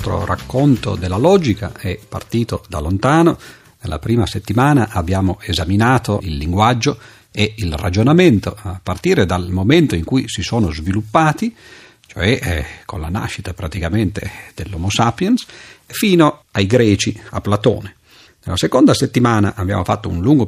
nostro racconto della logica è partito da lontano. Nella prima settimana abbiamo esaminato il linguaggio e il ragionamento a partire dal momento in cui si sono sviluppati, cioè con la nascita praticamente dell'Homo sapiens, fino ai greci, a Platone. Nella seconda settimana abbiamo coperto un lungo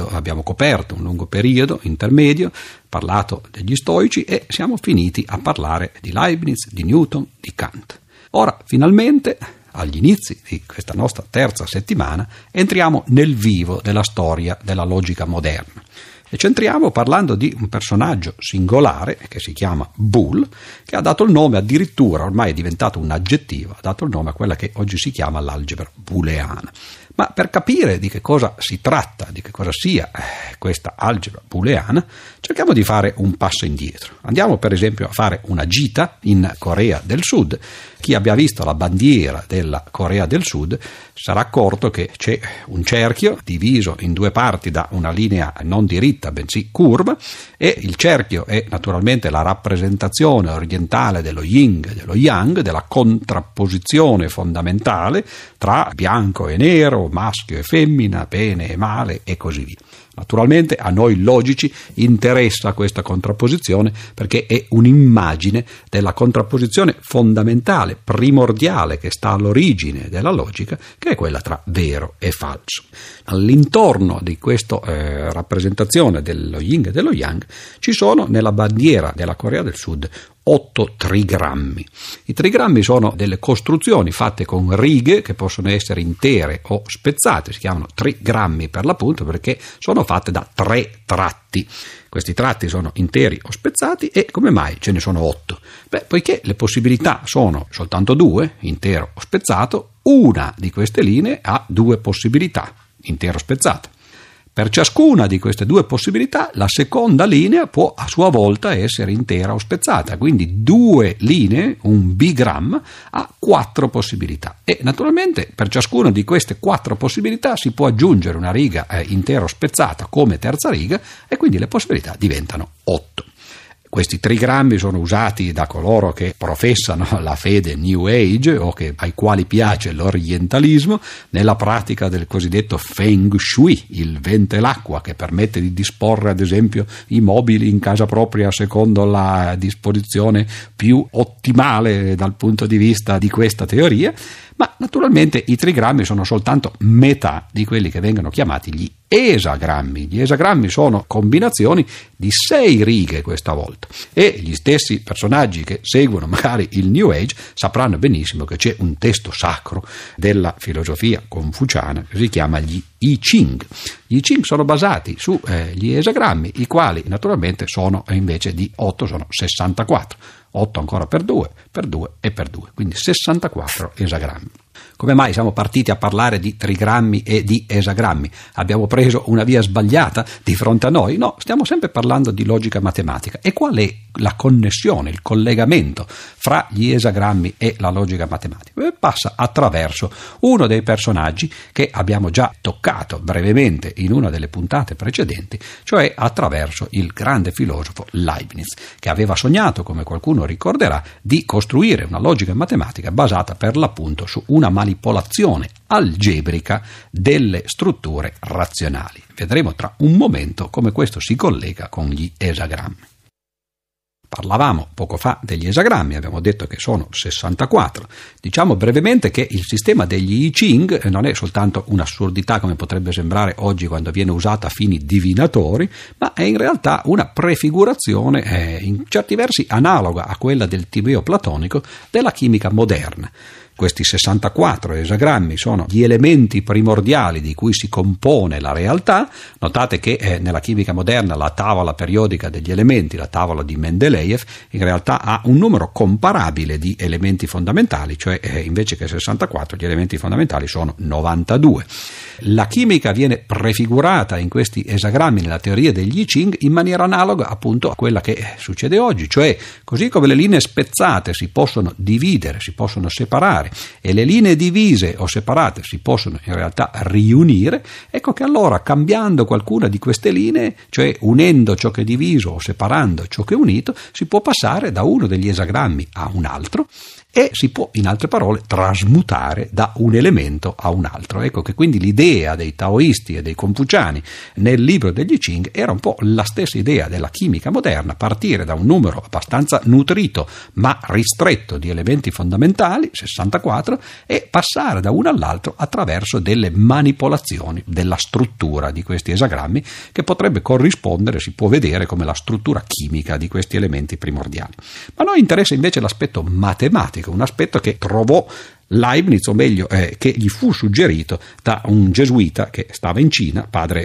periodo intermedio, parlato degli stoici e siamo finiti a parlare di Leibniz, di Newton, di Kant. Ora, finalmente, agli inizi di questa nostra terza settimana, entriamo nel vivo della storia della logica moderna. E ci entriamo parlando di un personaggio singolare che si chiama Boole, che ha dato il nome addirittura, ormai è diventato un aggettivo, ha dato il nome a quella che oggi si chiama l'algebra booleana. Ma per capire di che cosa si tratta, di che cosa sia questa algebra booleana, cerchiamo di fare un passo indietro. Andiamo per esempio a fare una gita in Corea del Sud. Chi abbia visto la bandiera della Corea del Sud sarà accorto che c'è un cerchio diviso in due parti da una linea non diritta bensì curva, e il cerchio è naturalmente la rappresentazione orientale dello yin e dello yang, della contrapposizione fondamentale tra bianco e nero, maschio e femmina, bene e male e così via. Naturalmente a noi logici interessa questa contrapposizione perché è un'immagine della contrapposizione fondamentale, primordiale, che sta all'origine della logica, che è quella tra vero e falso. All'intorno di questa rappresentazione dello yin e dello yang ci sono nella bandiera della Corea del Sud 8 trigrammi. I trigrammi sono delle costruzioni fatte con righe che possono essere intere o spezzate, si chiamano trigrammi per l'appunto perché sono fatte da 3 tratti. Questi tratti sono interi o spezzati. E come mai ce ne sono 8? Poiché le possibilità sono soltanto 2, intero o spezzato, una di queste linee ha 2 possibilità, intero o spezzato. Per ciascuna di queste 2 possibilità la seconda linea può a sua volta essere intera o spezzata, quindi 2 linee, un bigramma, ha 4 possibilità e naturalmente per ciascuna di queste 4 possibilità si può aggiungere una riga intera o spezzata come terza riga e quindi le possibilità diventano 8. Questi trigrammi sono usati da coloro che professano la fede New Age o ai quali piace l'orientalismo nella pratica del cosiddetto Feng Shui, il vento e l'acqua, che permette di disporre ad esempio i mobili in casa propria secondo la disposizione più ottimale dal punto di vista di questa teoria. Ma naturalmente i trigrammi sono soltanto metà di quelli che vengono chiamati gli esagrammi. Gli esagrammi sono combinazioni di 6 righe questa volta e gli stessi personaggi che seguono magari il New Age sapranno benissimo che c'è un testo sacro della filosofia confuciana che si chiama gli I Ching. Gli I Ching sono basati sugli esagrammi, i quali naturalmente sono invece di 8, sono 64. 8 ancora per 2 e per 2, quindi 64 esagrammi. Come mai siamo partiti a parlare di trigrammi e di esagrammi? Abbiamo preso una via sbagliata di fronte a noi? No, stiamo sempre parlando di logica matematica. E qual è la connessione, il collegamento fra gli esagrammi e la logica matematica? Passa attraverso uno dei personaggi che abbiamo già toccato brevemente in una delle puntate precedenti, cioè attraverso il grande filosofo Leibniz, che aveva sognato, come qualcuno ricorderà, di costruire una logica matematica basata per l'appunto su una manipolazione algebrica delle strutture razionali. Vedremo tra un momento come questo si collega con gli esagrammi. Parlavamo poco fa degli esagrammi, abbiamo detto che sono 64. Diciamo brevemente che il sistema degli I Ching non è soltanto un'assurdità come potrebbe sembrare oggi quando viene usata a fini divinatori, ma è in realtà una prefigurazione in certi versi analoga a quella del tibeo platonico della chimica moderna. Questi 64 esagrammi sono gli elementi primordiali di cui si compone la realtà. Notate che nella chimica moderna la tavola periodica degli elementi, la tavola di Mendeleev, in realtà ha un numero comparabile di elementi fondamentali, cioè invece che 64 gli elementi fondamentali sono 92. La chimica viene prefigurata in questi esagrammi nella teoria degli I Ching in maniera analoga appunto a quella che succede oggi, cioè così come le linee spezzate si possono dividere, si possono separare e le linee divise o separate si possono in realtà riunire, ecco che allora cambiando qualcuna di queste linee, cioè unendo ciò che è diviso o separando ciò che è unito, si può passare da uno degli esagrammi a un altro e si può, in altre parole, trasmutare da un elemento a un altro. Ecco che quindi l'idea dei taoisti e dei confuciani nel libro degli I Ching era un po' la stessa idea della chimica moderna, partire da un numero abbastanza nutrito ma ristretto di elementi fondamentali, 64, e passare da uno all'altro attraverso delle manipolazioni della struttura di questi esagrammi, che potrebbe corrispondere, si può vedere, come la struttura chimica di questi elementi primordiali. Ma a noi interessa invece l'aspetto matematico, un aspetto che trovò Leibniz, o meglio che gli fu suggerito da un gesuita che stava in Cina, padre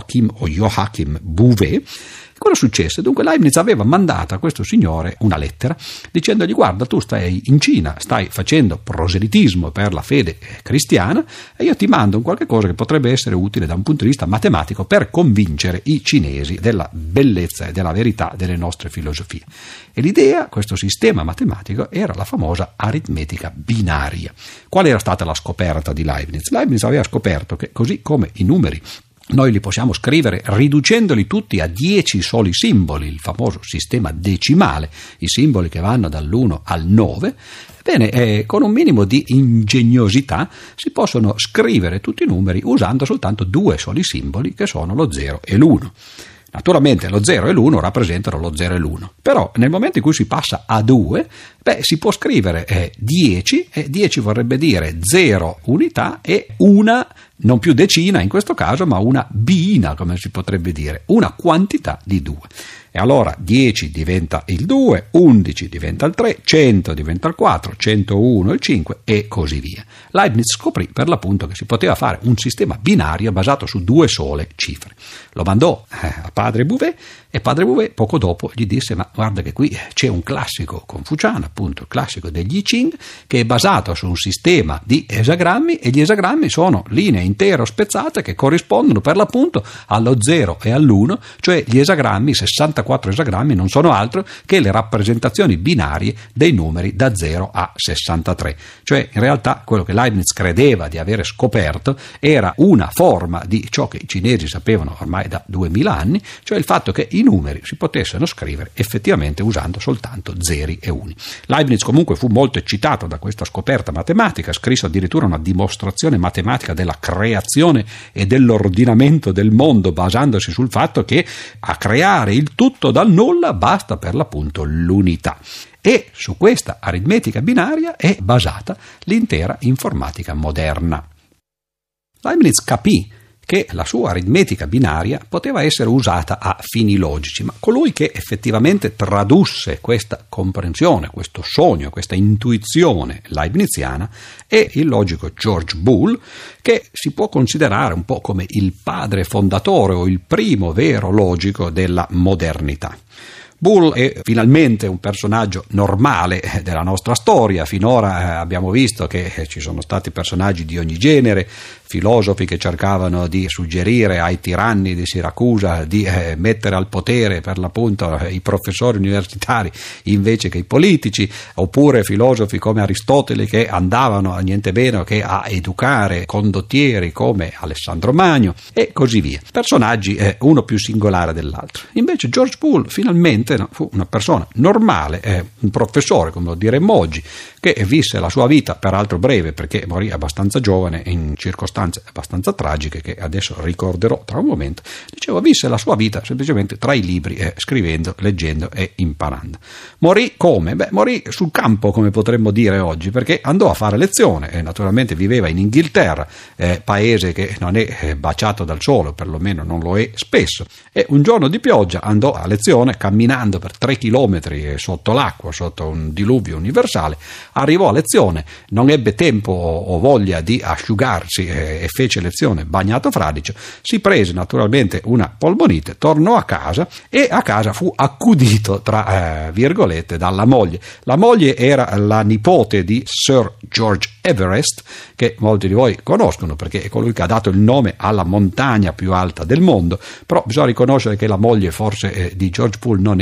Joachim Bouvet. Cosa successe? Dunque Leibniz aveva mandato a questo signore una lettera dicendogli: guarda, tu stai in Cina, stai facendo proselitismo per la fede cristiana e io ti mando un qualche cosa che potrebbe essere utile da un punto di vista matematico per convincere i cinesi della bellezza e della verità delle nostre filosofie. E l'idea, questo sistema matematico, era la famosa aritmetica binaria. Qual era stata la scoperta di Leibniz? Leibniz aveva scoperto che, così come i numeri noi li possiamo scrivere riducendoli tutti a 10 soli simboli, il famoso sistema decimale, i simboli che vanno dall'1 al 9, bene, con un minimo di ingegnosità si possono scrivere tutti i numeri usando soltanto 2 soli simboli, che sono lo 0 e l'1. Naturalmente lo 0 e l'1 rappresentano lo 0 e l'1, però nel momento in cui si passa a 2, si può scrivere 10, e 10 vorrebbe dire 0 unità e una, non più decina in questo caso, ma una biina, come si potrebbe dire, una quantità di 2. E allora 10 diventa il 2, 11 diventa il 3, 100 diventa il 4, 101 il 5 e così via. Leibniz scoprì per l'appunto che si poteva fare un sistema binario basato su 2 sole cifre. Lo mandò a padre Bouvet e padre Bouvet poco dopo gli disse: ma guarda che qui c'è un classico confuciano, appunto il classico degli I Ching, che è basato su un sistema di esagrammi, e gli esagrammi sono linee intere o spezzate che corrispondono per l'appunto allo 0 e all'1, cioè gli esagrammi, 64 esagrammi, non sono altro che le rappresentazioni binarie dei numeri da 0 a 63. Cioè in realtà quello che Leibniz credeva di avere scoperto era una forma di ciò che i cinesi sapevano ormai da 2000 anni, cioè il fatto che i numeri si potessero scrivere effettivamente usando soltanto zeri e uni. Leibniz comunque fu molto eccitato da questa scoperta matematica, scrisse addirittura una dimostrazione matematica della creazione e dell'ordinamento del mondo, basandosi sul fatto che a creare il tutto dal nulla basta per l'appunto l'unità. E su questa aritmetica binaria è basata l'intera informatica moderna. Leibniz capì che la sua aritmetica binaria poteva essere usata a fini logici, ma colui che effettivamente tradusse questa comprensione, questo sogno, questa intuizione leibniziana è il logico George Boole, che si può considerare un po' come il padre fondatore o il primo vero logico della modernità. Boole è finalmente un personaggio normale della nostra storia. Finora abbiamo visto che ci sono stati personaggi di ogni genere, filosofi che cercavano di suggerire ai tiranni di Siracusa di mettere al potere per l'appunto i professori universitari invece che i politici, oppure filosofi come Aristotele che andavano a niente meno che a educare condottieri come Alessandro Magno e così via. Personaggi uno più singolare dell'altro. Invece George Boole finalmente fu una persona normale, un professore, come lo diremmo oggi, che visse la sua vita, peraltro breve perché morì abbastanza giovane in circostanze abbastanza tragiche che adesso ricorderò tra un momento. Dicevo, visse la sua vita semplicemente tra i libri, scrivendo, leggendo e imparando. Morì come? Morì sul campo, come potremmo dire oggi, perché andò a fare lezione e naturalmente viveva in Inghilterra, paese che non è baciato dal sole, perlomeno non lo è spesso, e un giorno di pioggia andò a lezione camminando per 3 chilometri sotto l'acqua, sotto un diluvio universale. Arrivò a lezione, non ebbe tempo o voglia di asciugarsi e fece lezione bagnato fradicio, si prese naturalmente una polmonite, tornò a casa e a casa fu accudito tra virgolette dalla moglie. La moglie era la nipote di Sir George Everest, che molti di voi conoscono perché è colui che ha dato il nome alla montagna più alta del mondo, però bisogna riconoscere che la moglie forse di George Boole non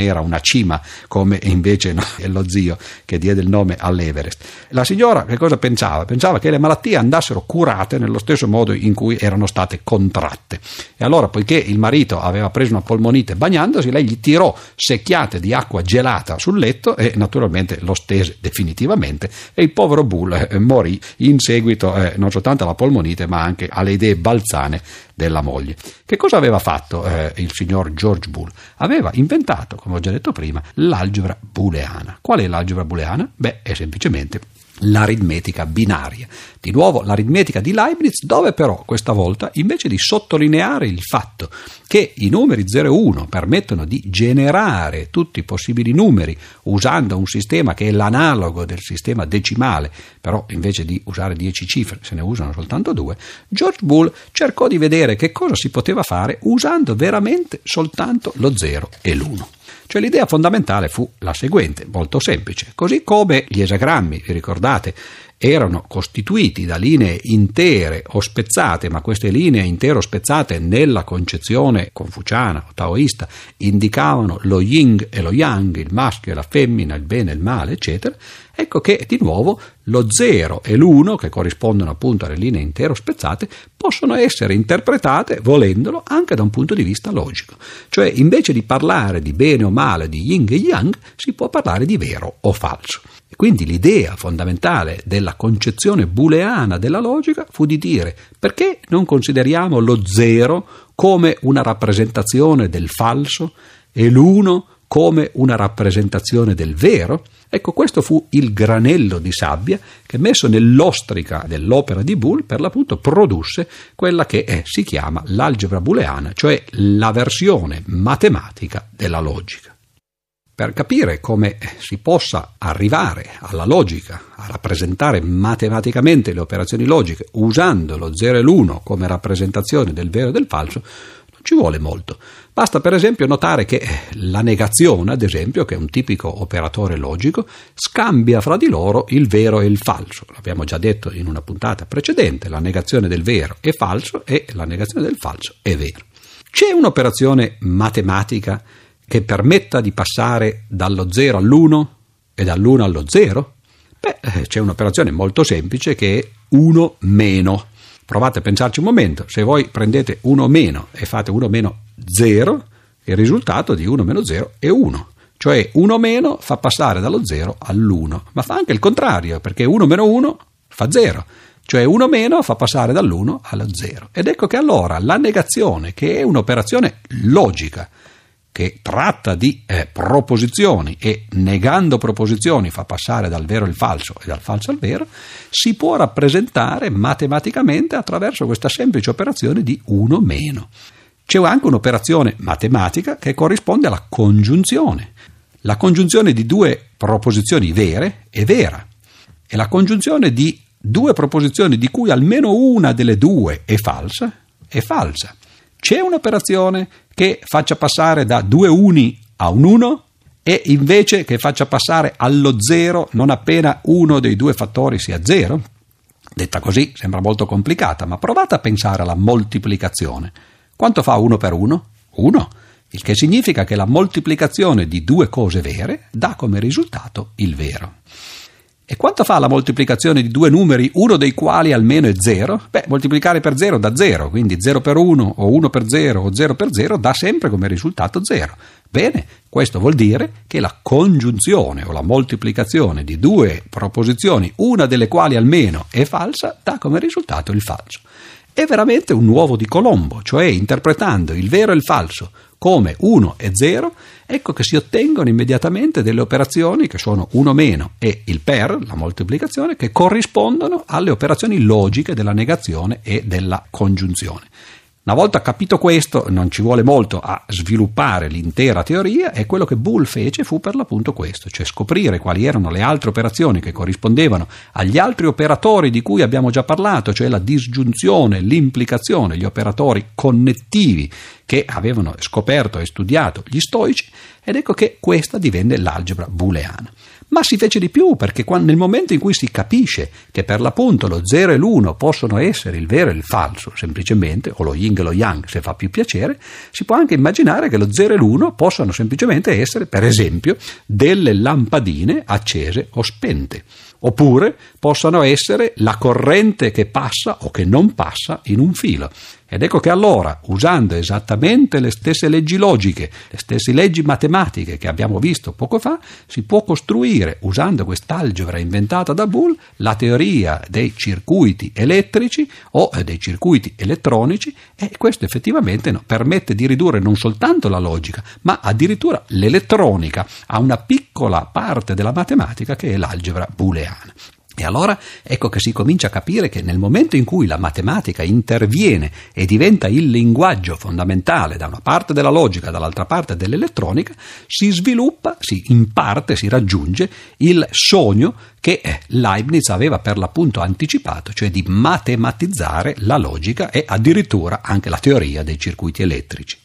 era una cima come invece è lo zio che diede il nome all'Everest. La signora che cosa pensava? Pensava che le malattie andassero curate nello stesso modo in cui erano state contratte, e allora, poiché il marito aveva preso una polmonite bagnandosi, lei gli tirò secchiate di acqua gelata sul letto e naturalmente lo stese definitivamente, e il povero Bull morì in seguito non soltanto alla polmonite ma anche alle idee balzane della moglie. Che cosa aveva fatto il signor George Boole? Aveva inventato, come ho già detto prima, l'algebra booleana. Qual è l'algebra booleana? Beh, è semplicemente l'aritmetica binaria. Di nuovo l'aritmetica di Leibniz, dove però questa volta, invece di sottolineare il fatto che i numeri 0 e 1 permettono di generare tutti i possibili numeri usando un sistema che è l'analogo del sistema decimale, però invece di usare 10 cifre se ne usano soltanto 2, George Boole cercò di vedere che cosa si poteva fare usando veramente soltanto lo 0 e l'1. Cioè l'idea fondamentale fu la seguente, molto semplice: così come gli esagrammi, vi ricordate, erano costituiti da linee intere o spezzate, ma queste linee intere o spezzate nella concezione confuciana o taoista indicavano lo yin e lo yang, il maschio e la femmina, il bene e il male, eccetera. Ecco che di nuovo lo 0 e l'1, che corrispondono appunto alle linee intere o spezzate, possono essere interpretate, volendolo, anche da un punto di vista logico. Cioè, invece di parlare di bene o male, di yin e yang, si può parlare di vero o falso. E quindi l'idea fondamentale della concezione booleana della logica fu di dire: perché non consideriamo lo 0 come una rappresentazione del falso e l'1 come una rappresentazione del vero? Ecco, questo fu il granello di sabbia che, messo nell'ostrica dell'opera di Boole, per l'appunto produsse quella che si chiama l'algebra booleana, cioè la versione matematica della logica. Per capire come si possa arrivare alla logica, a rappresentare matematicamente le operazioni logiche usando lo 0 e l'1 come rappresentazione del vero e del falso, non ci vuole molto. Basta per esempio notare che la negazione, ad esempio, che è un tipico operatore logico, scambia fra di loro il vero e il falso. L'abbiamo già detto in una puntata precedente: la negazione del vero è falso e la negazione del falso è vero. C'è un'operazione matematica che permetta di passare dallo 0 all'1 e dall'1 allo 0? Beh, c'è un'operazione molto semplice che è 1 meno. Provate a pensarci un momento: se voi prendete 1 meno e fate 1 meno 0, il risultato di 1 meno 0 è 1. Cioè 1 meno fa passare dallo 0 all'1, ma fa anche il contrario, perché 1 meno 1 fa 0. Cioè 1 meno fa passare dall'1 allo 0. Ed ecco che allora la negazione, che è un'operazione logica, che tratta di proposizioni e negando proposizioni fa passare dal vero il falso e dal falso al vero, si può rappresentare matematicamente attraverso questa semplice operazione di 1 meno. C'è anche un'operazione matematica che corrisponde alla congiunzione. La congiunzione di due proposizioni vere è vera, e la congiunzione di due proposizioni di cui almeno una delle due è falsa. C'è un'operazione che faccia passare da 2 uni a un 1 e invece che faccia passare allo 0 non appena uno dei due fattori sia 0? Detta così sembra molto complicata, ma provate a pensare alla moltiplicazione. Quanto fa 1 per 1? 1. Il che significa che la moltiplicazione di due cose vere dà come risultato il vero. E quanto fa la moltiplicazione di due numeri, uno dei quali almeno è 0? Beh, moltiplicare per 0 dà 0, quindi 0 per 1 o 1 per 0 o 0 per 0 dà sempre come risultato 0. Bene, questo vuol dire che la congiunzione o la moltiplicazione di due proposizioni, una delle quali almeno è falsa, dà come risultato il falso. È veramente un uovo di Colombo, cioè interpretando il vero e il falso come 1 e 0, ecco che si ottengono immediatamente delle operazioni che sono 1 meno e il per, la moltiplicazione, che corrispondono alle operazioni logiche della negazione e della congiunzione. Una volta capito questo, non ci vuole molto a sviluppare l'intera teoria, e quello che Boole fece fu per l'appunto questo, cioè scoprire quali erano le altre operazioni che corrispondevano agli altri operatori di cui abbiamo già parlato, cioè la disgiunzione, l'implicazione, gli operatori connettivi che avevano scoperto e studiato gli stoici, ed ecco che questa divenne l'algebra booleana. Ma si fece di più, perché nel momento in cui si capisce che per l'appunto lo 0 e l'1 possono essere il vero e il falso, semplicemente, o lo yin e lo yang se fa più piacere, si può anche immaginare che lo 0 e l'1 possano semplicemente essere, per esempio, delle lampadine accese o spente. Oppure possano essere la corrente che passa o che non passa in un filo. Ed ecco che allora, usando esattamente le stesse leggi logiche, le stesse leggi matematiche che abbiamo visto poco fa, si può costruire, usando quest'algebra inventata da Boole, la teoria dei circuiti elettrici o dei circuiti elettronici, e questo effettivamente permette di ridurre non soltanto la logica, ma addirittura l'elettronica a una piccola parte della matematica che è l'algebra booleana. E allora ecco che si comincia a capire che nel momento in cui la matematica interviene e diventa il linguaggio fondamentale da una parte della logica, dall'altra parte dell'elettronica, si sviluppa, in parte si raggiunge il sogno che Leibniz aveva per l'appunto anticipato, cioè di matematizzare la logica e addirittura anche la teoria dei circuiti elettrici.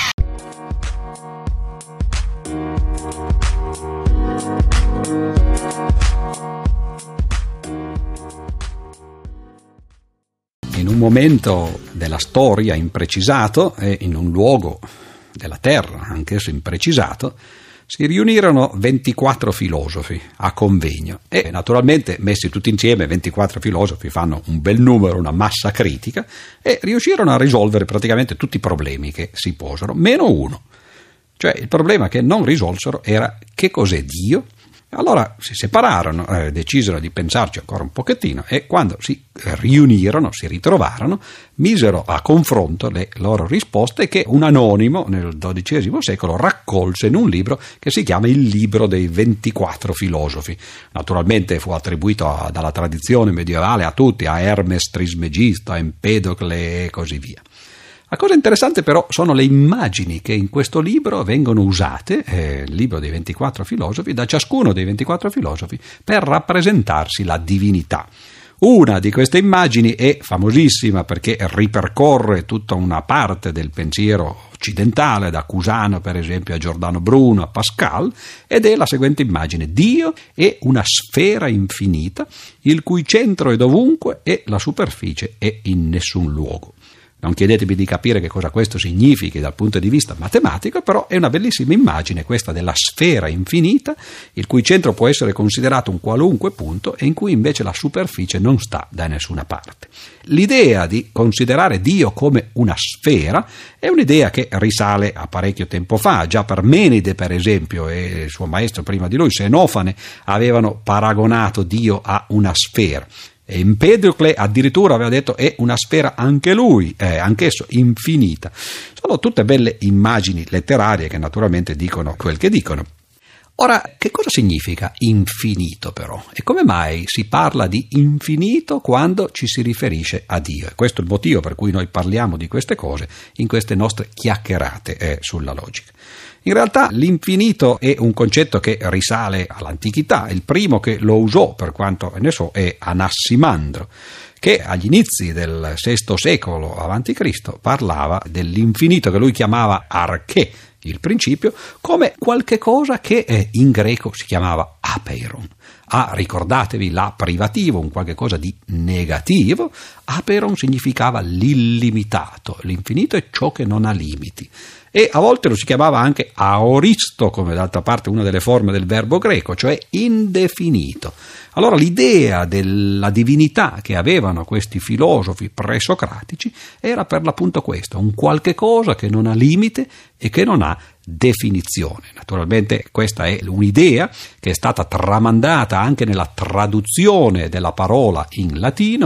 In un momento della storia imprecisato e in un luogo della Terra, anch'esso imprecisato, si riunirono 24 filosofi a convegno e naturalmente messi tutti insieme 24 filosofi fanno un bel numero, una massa critica, e riuscirono a risolvere praticamente tutti i problemi che si posero, meno uno. Cioè il problema che non risolsero era: che cos'è Dio? Allora si separarono, decisero di pensarci ancora un pochettino, e quando si riunirono, si ritrovarono, misero a confronto le loro risposte che un anonimo nel XII secolo raccolse in un libro che si chiama Il libro dei 24 filosofi. Naturalmente fu attribuito dalla tradizione medievale a tutti, a Hermes Trismegisto, a Empedocle e così via. La cosa interessante però sono le immagini che in questo libro vengono usate, il libro dei 24 filosofi, da ciascuno dei 24 filosofi per rappresentarsi la divinità. Una di queste immagini è famosissima perché ripercorre tutta una parte del pensiero occidentale, da Cusano per esempio a Giordano Bruno, a Pascal, ed è la seguente immagine: Dio è una sfera infinita, il cui centro è dovunque e la superficie è in nessun luogo. Non chiedetemi di capire che cosa questo significhi dal punto di vista matematico, però è una bellissima immagine questa della sfera infinita, il cui centro può essere considerato un qualunque punto e in cui invece la superficie non sta da nessuna parte. L'idea di considerare Dio come una sfera è un'idea che risale a parecchio tempo fa. Già Parmenide, per esempio, e il suo maestro prima di lui, Xenofane, avevano paragonato Dio a una sfera. E Empedocle addirittura aveva detto è una sfera anche lui, anch'esso infinita. Sono tutte belle immagini letterarie che naturalmente dicono quel che dicono. Ora, che cosa significa infinito però? E come mai si parla di infinito quando ci si riferisce a Dio? E questo è il motivo per cui noi parliamo di queste cose in queste nostre chiacchierate sulla logica. In realtà l'infinito è un concetto che risale all'antichità. Il primo che lo usò, per quanto ne so, è Anassimandro, che agli inizi del VI secolo a.C. parlava dell'infinito che lui chiamava arché, il principio, come qualche cosa che in greco si chiamava apeiron. Ricordatevi la privativo, un qualche cosa di negativo. Apeiron significava l'illimitato, l'infinito è ciò che non ha limiti. E a volte lo si chiamava anche aoristo, come d'altra parte una delle forme del verbo greco, cioè indefinito. Allora l'idea della divinità che avevano questi filosofi presocratici era per l'appunto questo, un qualche cosa che non ha limite e che non ha definizione. Naturalmente questa è un'idea che è stata tramandata anche nella traduzione della parola in latino,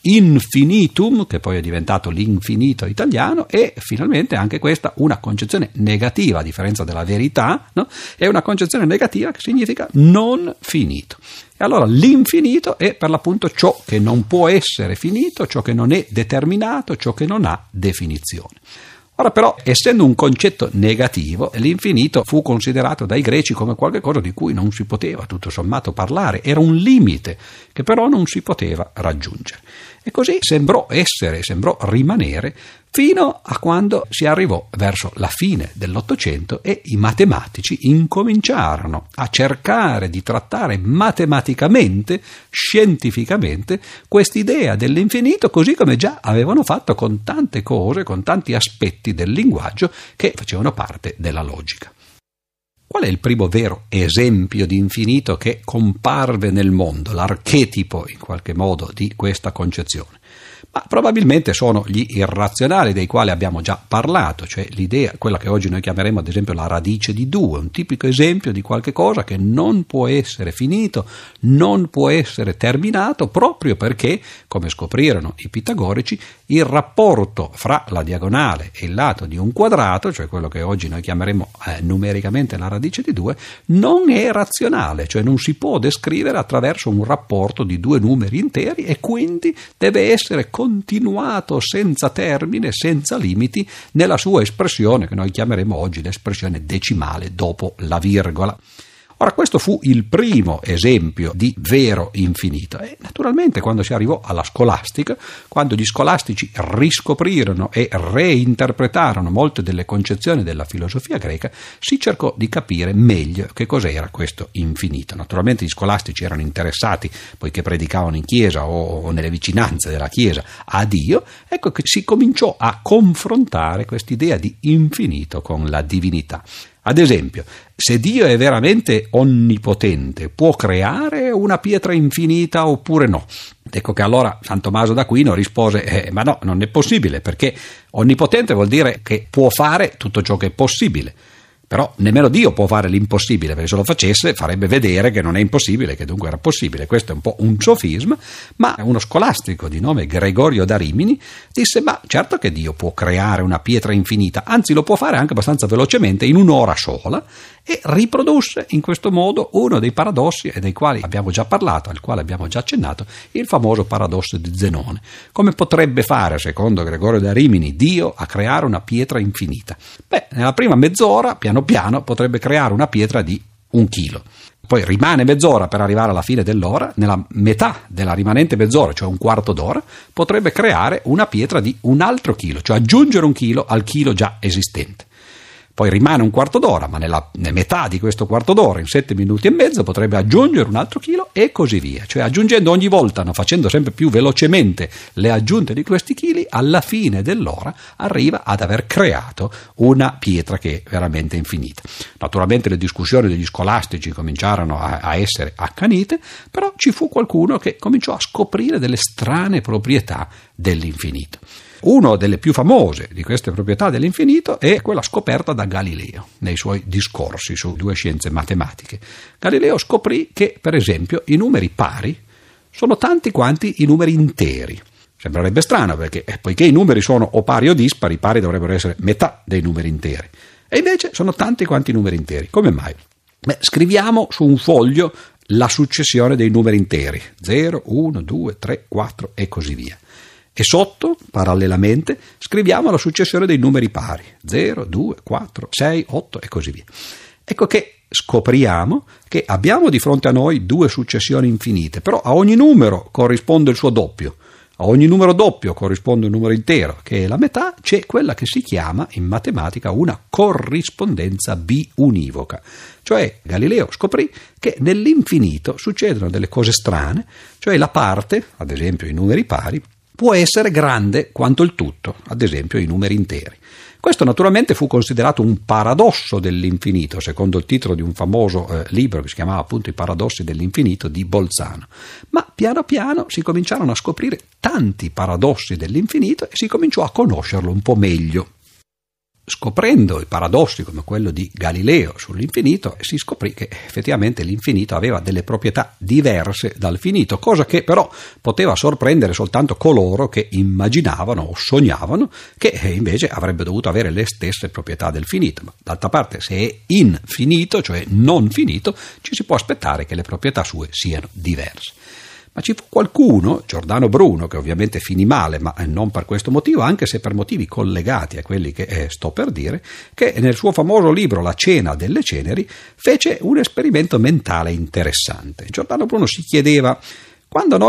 infinitum, che poi è diventato l'infinito italiano, e finalmente anche questa una concezione negativa, a differenza della verità, no? È una concezione negativa che significa non finito. E allora l'infinito è per l'appunto ciò che non può essere finito, ciò che non è determinato, ciò che non ha definizione. Ora però, essendo un concetto negativo, l'infinito fu considerato dai greci come qualcosa di cui non si poteva tutto sommato parlare, era un limite che però non si poteva raggiungere. E così sembrò rimanere fino a quando si arrivò verso la fine dell'Ottocento e i matematici incominciarono a cercare di trattare matematicamente, scientificamente, quest'idea dell'infinito, così come già avevano fatto con tante cose, con tanti aspetti del linguaggio che facevano parte della logica. Qual è il primo vero esempio di infinito che comparve nel mondo, l'archetipo in qualche modo di questa concezione? Ma probabilmente sono gli irrazionali dei quali abbiamo già parlato, cioè l'idea, quella che oggi noi chiameremo ad esempio la radice di 2, un tipico esempio di qualche cosa che non può essere finito, non può essere terminato, proprio perché, come scoprirono i pitagorici, il rapporto fra la diagonale e il lato di un quadrato, cioè quello che oggi noi chiameremo numericamente la radice di 2, non è razionale, cioè non si può descrivere attraverso un rapporto di due numeri interi e quindi deve essere continuato senza termine, senza limiti, nella sua espressione che noi chiameremo oggi l'espressione decimale dopo la virgola. Ora, questo fu il primo esempio di vero infinito e naturalmente quando si arrivò alla scolastica, quando gli scolastici riscoprirono e reinterpretarono molte delle concezioni della filosofia greca, si cercò di capire meglio che cos'era questo infinito. Naturalmente gli scolastici erano interessati, poiché predicavano in chiesa o nelle vicinanze della chiesa, a Dio, ecco che si cominciò a confrontare quest'idea di infinito con la divinità. Ad esempio, se Dio è veramente onnipotente, può creare una pietra infinita oppure no? Ecco che allora San Tommaso d'Aquino rispose, ma no, non è possibile, perché onnipotente vuol dire che può fare tutto ciò che è possibile. Però nemmeno Dio può fare l'impossibile, perché se lo facesse farebbe vedere che non è impossibile, che dunque era possibile. Questo è un po' un sofisma, ma uno scolastico di nome Gregorio da Rimini disse, ma certo che Dio può creare una pietra infinita, anzi lo può fare anche abbastanza velocemente, in un'ora sola, e riprodusse in questo modo uno dei paradossi dei quali abbiamo già parlato, al quale abbiamo già accennato, il famoso paradosso di Zenone. Come potrebbe fare, secondo Gregorio da Rimini, Dio a creare una pietra infinita? Beh, nella prima mezz'ora, piano piano, potrebbe creare una pietra di 1 chilo. Poi rimane mezz'ora per arrivare alla fine dell'ora, nella metà della rimanente mezz'ora, cioè un quarto d'ora, potrebbe creare una pietra di un altro chilo, cioè aggiungere 1 chilo al chilo già esistente. Poi rimane un quarto d'ora, ma nella metà di questo quarto d'ora, in 7 minuti e mezzo, potrebbe aggiungere un altro chilo e così via. Cioè aggiungendo ogni volta, facendo sempre più velocemente le aggiunte di questi chili, alla fine dell'ora arriva ad aver creato una pietra che è veramente infinita. Naturalmente le discussioni degli scolastici cominciarono a essere accanite, però ci fu qualcuno che cominciò a scoprire delle strane proprietà dell'infinito. Una delle più famose di queste proprietà dell'infinito è quella scoperta da Galileo nei suoi discorsi su 2 scienze matematiche. Galileo scoprì che, per esempio, i numeri pari sono tanti quanti i numeri interi. Sembrerebbe strano perché, poiché i numeri sono o pari o dispari, pari dovrebbero essere metà dei numeri interi. E invece sono tanti quanti i numeri interi. Come mai? Scriviamo su un foglio la successione dei numeri interi, 0, 1, 2, 3, 4 e così via. E sotto, parallelamente, scriviamo la successione dei numeri pari, 0, 2, 4, 6, 8 e così via. Ecco che scopriamo che abbiamo di fronte a noi 2 successioni infinite, però a ogni numero corrisponde il suo doppio. A ogni numero doppio corrisponde un numero intero, che è la metà, c'è quella che si chiama in matematica una corrispondenza biunivoca. Cioè Galileo scoprì che nell'infinito succedono delle cose strane, cioè la parte, ad esempio i numeri pari, può essere grande quanto il tutto, ad esempio i numeri interi. Questo naturalmente fu considerato un paradosso dell'infinito, secondo il titolo di un famoso libro che si chiamava appunto I paradossi dell'infinito di Bolzano. Ma piano piano si cominciarono a scoprire tanti paradossi dell'infinito e si cominciò a conoscerlo un po' meglio. Scoprendo i paradossi come quello di Galileo sull'infinito, si scoprì che effettivamente l'infinito aveva delle proprietà diverse dal finito, cosa che però poteva sorprendere soltanto coloro che immaginavano o sognavano che invece avrebbe dovuto avere le stesse proprietà del finito. Ma d'altra parte, se è infinito, cioè non finito, ci si può aspettare che le proprietà sue siano diverse. Ma ci fu qualcuno, Giordano Bruno, che ovviamente finì male, ma non per questo motivo, anche se per motivi collegati a quelli che sto per dire, che nel suo famoso libro La cena delle ceneri fece un esperimento mentale interessante. Giordano Bruno si chiedeva, quando noi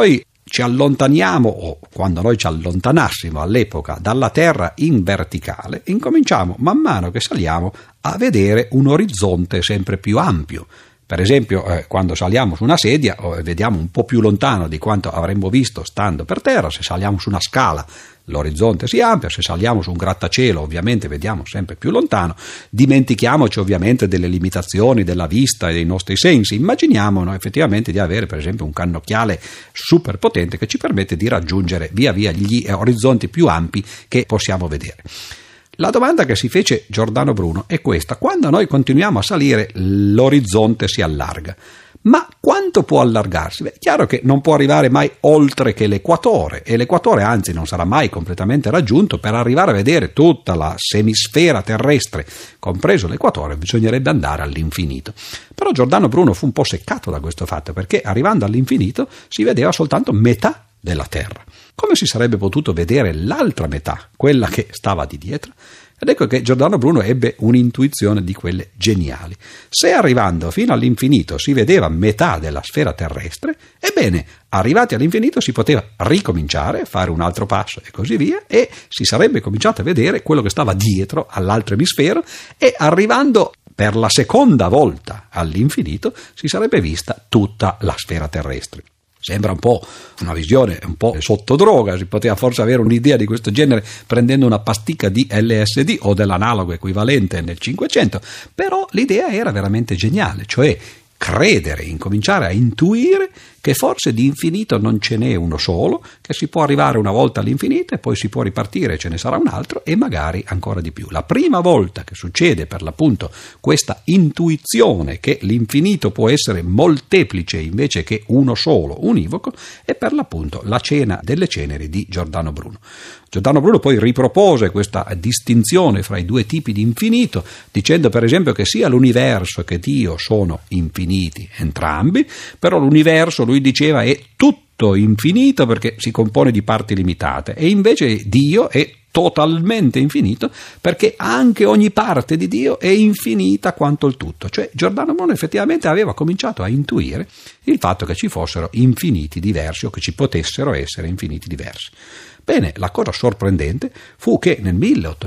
ci allontaniamo, o quando noi ci allontanassimo all'epoca dalla Terra in verticale, incominciamo man mano che saliamo a vedere un orizzonte sempre più ampio. Per esempio, quando saliamo su una sedia vediamo un po' più lontano di quanto avremmo visto stando per terra. Se saliamo su una scala l'orizzonte si amplia, se saliamo su un grattacielo ovviamente vediamo sempre più lontano. Dimentichiamoci ovviamente delle limitazioni della vista e dei nostri sensi, immaginiamo effettivamente di avere per esempio un cannocchiale super potente che ci permette di raggiungere via via gli orizzonti più ampi che possiamo vedere. La domanda che si fece Giordano Bruno è questa: quando noi continuiamo a salire l'orizzonte si allarga, ma quanto può allargarsi? Beh, è chiaro che non può arrivare mai oltre che l'equatore, e l'equatore anzi non sarà mai completamente raggiunto. Per arrivare a vedere tutta la semisfera terrestre, compreso l'equatore, bisognerebbe andare all'infinito. Però Giordano Bruno fu un po' seccato da questo fatto, perché arrivando all'infinito si vedeva soltanto metà della Terra. Come si sarebbe potuto vedere l'altra metà, quella che stava di dietro? Ed ecco che Giordano Bruno ebbe un'intuizione di quelle geniali. Se arrivando fino all'infinito si vedeva metà della sfera terrestre, ebbene, arrivati all'infinito si poteva ricominciare, fare un altro passo e così via, e si sarebbe cominciato a vedere quello che stava dietro all'altro emisfero, e arrivando per la seconda volta all'infinito si sarebbe vista tutta la sfera terrestre. Sembra un po' una visione un po' sotto droga, si poteva forse avere un'idea di questo genere prendendo una pasticca di LSD o dell'analogo equivalente nel 500, però l'idea era veramente geniale, cioè credere, incominciare a intuire che forse di infinito non ce n'è uno solo, che si può arrivare una volta all'infinito e poi si può ripartire, ce ne sarà un altro e magari ancora di più. La prima volta che succede per l'appunto questa intuizione che l'infinito può essere molteplice invece che uno solo, univoco, è per l'appunto la cena delle ceneri di Giordano Bruno. Giordano Bruno poi ripropose questa distinzione fra i due tipi di infinito, dicendo per esempio che sia l'universo che Dio sono infiniti entrambi, però l'universo, lui diceva, è tutto infinito perché si compone di parti limitate, e invece Dio è totalmente infinito perché anche ogni parte di Dio è infinita quanto il tutto. Cioè Giordano Bruno effettivamente aveva cominciato a intuire il fatto che ci fossero infiniti diversi o che ci potessero essere infiniti diversi. Bene, la cosa sorprendente fu che nel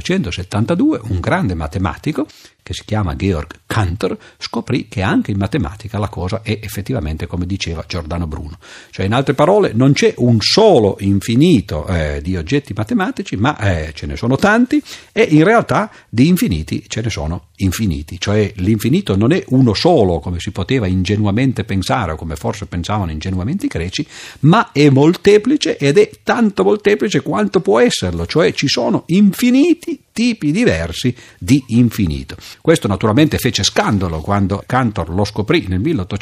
1872 un grande matematico che si chiama Georg Cantor scoprì che anche in matematica la cosa è effettivamente come diceva Giordano Bruno. Cioè, in altre parole, non c'è un solo infinito di oggetti matematici, ma ce ne sono tanti, e in realtà di infiniti ce ne sono infiniti. Cioè l'infinito non è uno solo, come si poteva ingenuamente pensare, o come forse pensavano ingenuamente i greci, ma è molteplice, ed è tanto molteplice quanto può esserlo. Cioè ci sono infiniti tipi diversi di infinito. Questo naturalmente fece scandalo quando Cantor lo scoprì nel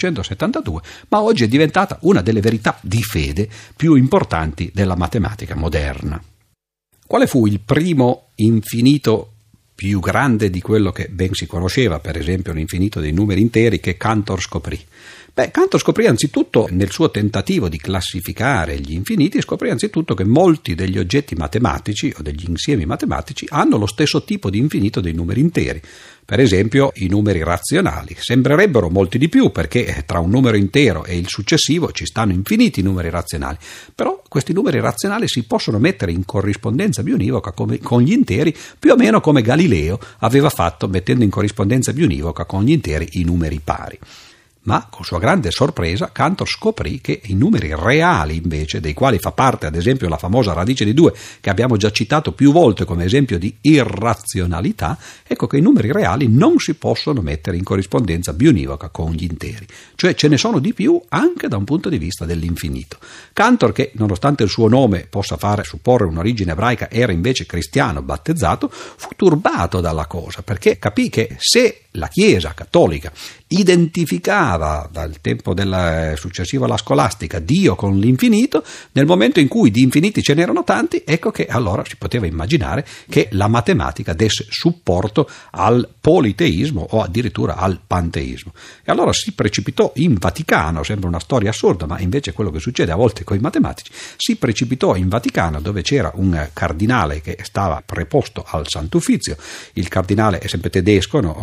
1872, ma oggi è diventata una delle verità di fede più importanti della matematica moderna. Quale fu il primo infinito più grande di quello che ben si conosceva, per esempio l'infinito dei numeri interi, che Cantor scoprì? Cantor scoprì anzitutto, nel suo tentativo di classificare gli infiniti, scoprì anzitutto che molti degli oggetti matematici o degli insiemi matematici hanno lo stesso tipo di infinito dei numeri interi. Per esempio i numeri razionali sembrerebbero molti di più, perché tra un numero intero e il successivo ci stanno infiniti numeri razionali, però questi numeri razionali si possono mettere in corrispondenza biunivoca con gli interi, più o meno come Galileo aveva fatto mettendo in corrispondenza biunivoca con gli interi i numeri pari. Ma con sua grande sorpresa Cantor scoprì che i numeri reali invece, dei quali fa parte ad esempio la famosa radice di 2 che abbiamo già citato più volte come esempio di irrazionalità, ecco che i numeri reali non si possono mettere in corrispondenza biunivoca con gli interi, cioè ce ne sono di più anche da un punto di vista dell'infinito. Cantor, che nonostante il suo nome possa fare supporre un'origine ebraica, era invece cristiano battezzato, fu turbato dalla cosa, perché capì che se la Chiesa cattolica identificava dal tempo successivo alla scolastica Dio con l'infinito, nel momento in cui di infiniti ce n'erano tanti, ecco che allora si poteva immaginare che la matematica desse supporto al politeismo o addirittura al panteismo. E allora si precipitò in Vaticano, sembra una storia assurda, ma invece è quello che succede a volte con i matematici, si precipitò in Vaticano dove c'era un cardinale che stava preposto al Sant'Uffizio. Il cardinale è sempre tedesco, no? Oggi si chiama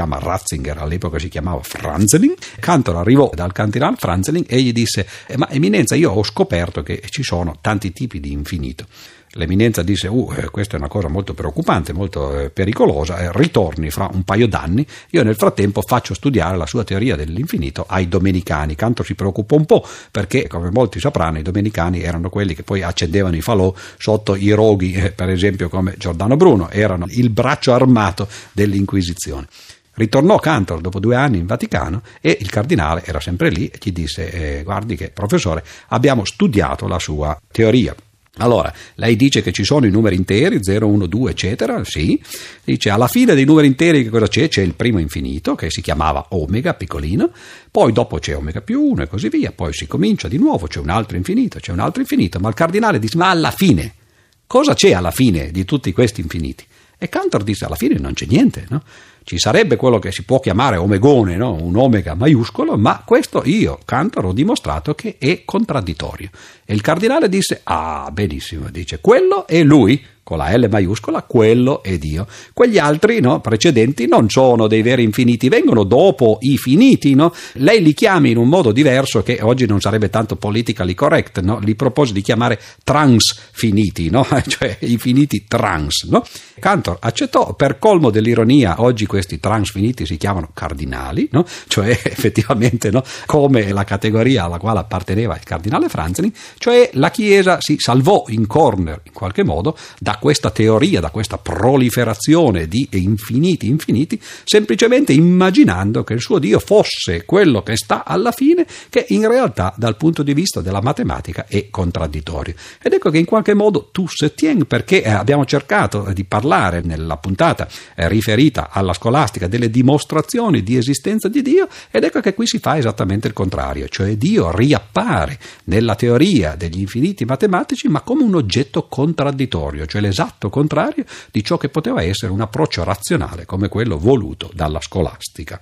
chiama Ratzinger, all'epoca si chiamava Franzelin. Cantor arrivò dal cardinal Franzelin e gli disse: ma eminenza, io ho scoperto che ci sono tanti tipi di infinito. L'eminenza disse: questa è una cosa molto preoccupante, molto pericolosa, ritorni fra un paio d'anni, io nel frattempo faccio studiare la sua teoria dell'infinito ai domenicani. Cantor si preoccupò un po' perché, come molti sapranno, i domenicani erano quelli che poi accendevano i falò sotto i roghi, per esempio come Giordano Bruno, erano il braccio armato dell'Inquisizione. Ritornò Cantor dopo 2 anni in Vaticano e il cardinale era sempre lì e gli disse: guardi che professore, abbiamo studiato la sua teoria. Allora, lei dice che ci sono i numeri interi, 0, 1, 2, eccetera, sì. Dice, alla fine dei numeri interi che cosa c'è? C'è il primo infinito, che si chiamava omega, piccolino, poi dopo c'è omega più 1 e così via, poi si comincia di nuovo, c'è un altro infinito, ma il cardinale dice, ma alla fine, cosa c'è alla fine di tutti questi infiniti? E Cantor disse, alla fine non c'è niente, no? Ci sarebbe quello che si può chiamare omegone, no? Un omega maiuscolo, ma questo io, Cantor, ho dimostrato che è contraddittorio. E il cardinale disse, benissimo, dice, quello è lui, con la L maiuscola, quello è Dio. Quegli altri, no, precedenti non sono dei veri infiniti, vengono dopo i finiti, no? Lei li chiami in un modo diverso che oggi non sarebbe tanto politically correct, no? Li propose di chiamare transfiniti, no? Cioè infiniti trans, no? Cantor accettò, per colmo dell'ironia, oggi questi transfiniti si chiamano cardinali, no? Cioè effettivamente, no, come la categoria alla quale apparteneva il cardinale Franzelin, cioè la Chiesa si salvò in corner in qualche modo da questa teoria, da questa proliferazione di infiniti, semplicemente immaginando che il suo Dio fosse quello che sta alla fine, che in realtà dal punto di vista della matematica è contraddittorio. Ed ecco che in qualche modo tout se tient, perché abbiamo cercato di parlare nella puntata riferita alla scolastica delle dimostrazioni di esistenza di Dio, ed ecco che qui si fa esattamente il contrario, cioè Dio riappare nella teoria degli infiniti matematici ma come un oggetto contraddittorio, cioè l'esatto contrario di ciò che poteva essere un approccio razionale come quello voluto dalla scolastica.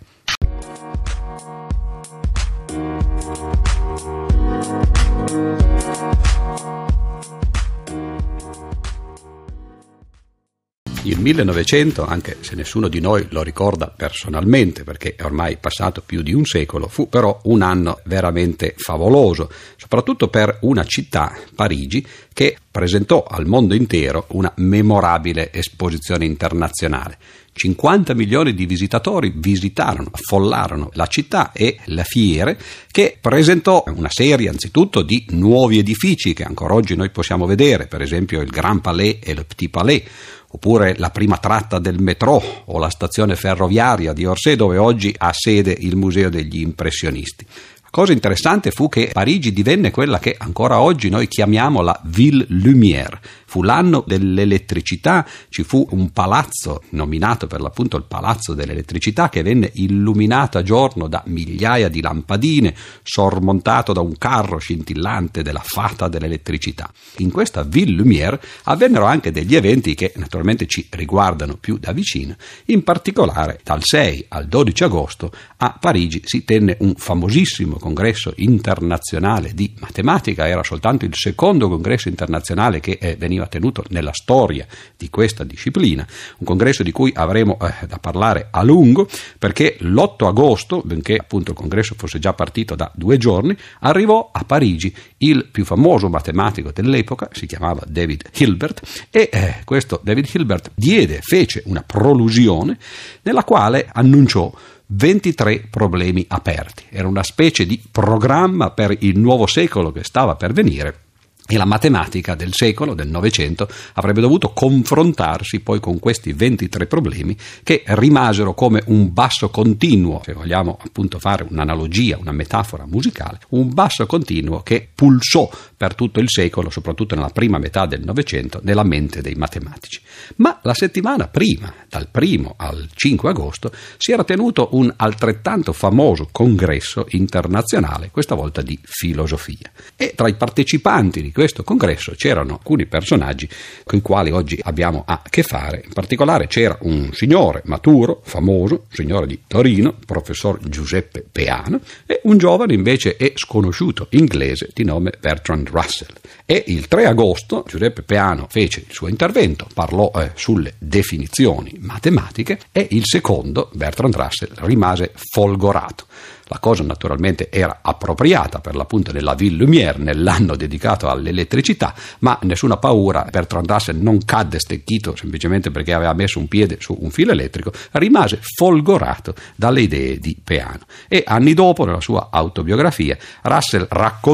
Il 1900, anche se nessuno di noi lo ricorda personalmente perché è ormai passato più di un secolo, fu però un anno veramente favoloso, soprattutto per una città, Parigi, che presentò al mondo intero una memorabile esposizione internazionale. 50 milioni di visitatori affollarono la città e la fiere, che presentò una serie anzitutto di nuovi edifici che ancora oggi noi possiamo vedere, per esempio il Grand Palais e il Petit Palais, oppure la prima tratta del metro o la stazione ferroviaria di Orsay, dove oggi ha sede il Museo degli Impressionisti. La cosa interessante fu che Parigi divenne quella che ancora oggi noi chiamiamo la Ville Lumière. Fu l'anno dell'elettricità, ci fu un palazzo nominato per l'appunto il Palazzo dell'Elettricità che venne illuminato a giorno da migliaia di lampadine, sormontato da un carro scintillante della fata dell'elettricità. In questa Ville Lumière avvennero anche degli eventi che naturalmente ci riguardano più da vicino. In particolare dal 6 al 12 agosto a Parigi si tenne un famosissimo congresso internazionale di matematica. Era soltanto il secondo congresso internazionale che veniva tenuto nella storia di questa disciplina, un congresso di cui avremo da parlare a lungo, perché l'8 agosto, benché appunto il congresso fosse già partito da 2 giorni, arrivò a Parigi il più famoso matematico dell'epoca, si chiamava David Hilbert, e questo David Hilbert fece una prolusione nella quale annunciò 23 problemi aperti. Era una specie di programma per il nuovo secolo che stava per venire, e la matematica del secolo, del Novecento, avrebbe dovuto confrontarsi poi con questi 23 problemi che rimasero come un basso continuo, se vogliamo appunto fare un'analogia, una metafora musicale, un basso continuo che pulsò per tutto il secolo, soprattutto nella prima metà del Novecento, nella mente dei matematici. Ma la settimana prima, dal 1 al 5 agosto, si era tenuto un altrettanto famoso congresso internazionale, questa volta di filosofia. E tra i partecipanti di questo congresso c'erano alcuni personaggi con i quali oggi abbiamo a che fare. In particolare c'era un signore maturo, famoso, signore di Torino, professor Giuseppe Peano, e un giovane invece e sconosciuto inglese di nome Bertrand Russell. E il 3 agosto Giuseppe Peano fece il suo intervento, parlò sulle definizioni matematiche, e il secondo, Bertrand Russell, rimase folgorato. La cosa naturalmente era appropriata per l'appunto della Ville Lumière, nell'anno dedicato all'elettricità, ma nessuna paura, Bertrand Russell non cadde stecchito semplicemente perché aveva messo un piede su un filo elettrico, rimase folgorato dalle idee di Peano. E anni dopo, nella sua autobiografia, Russell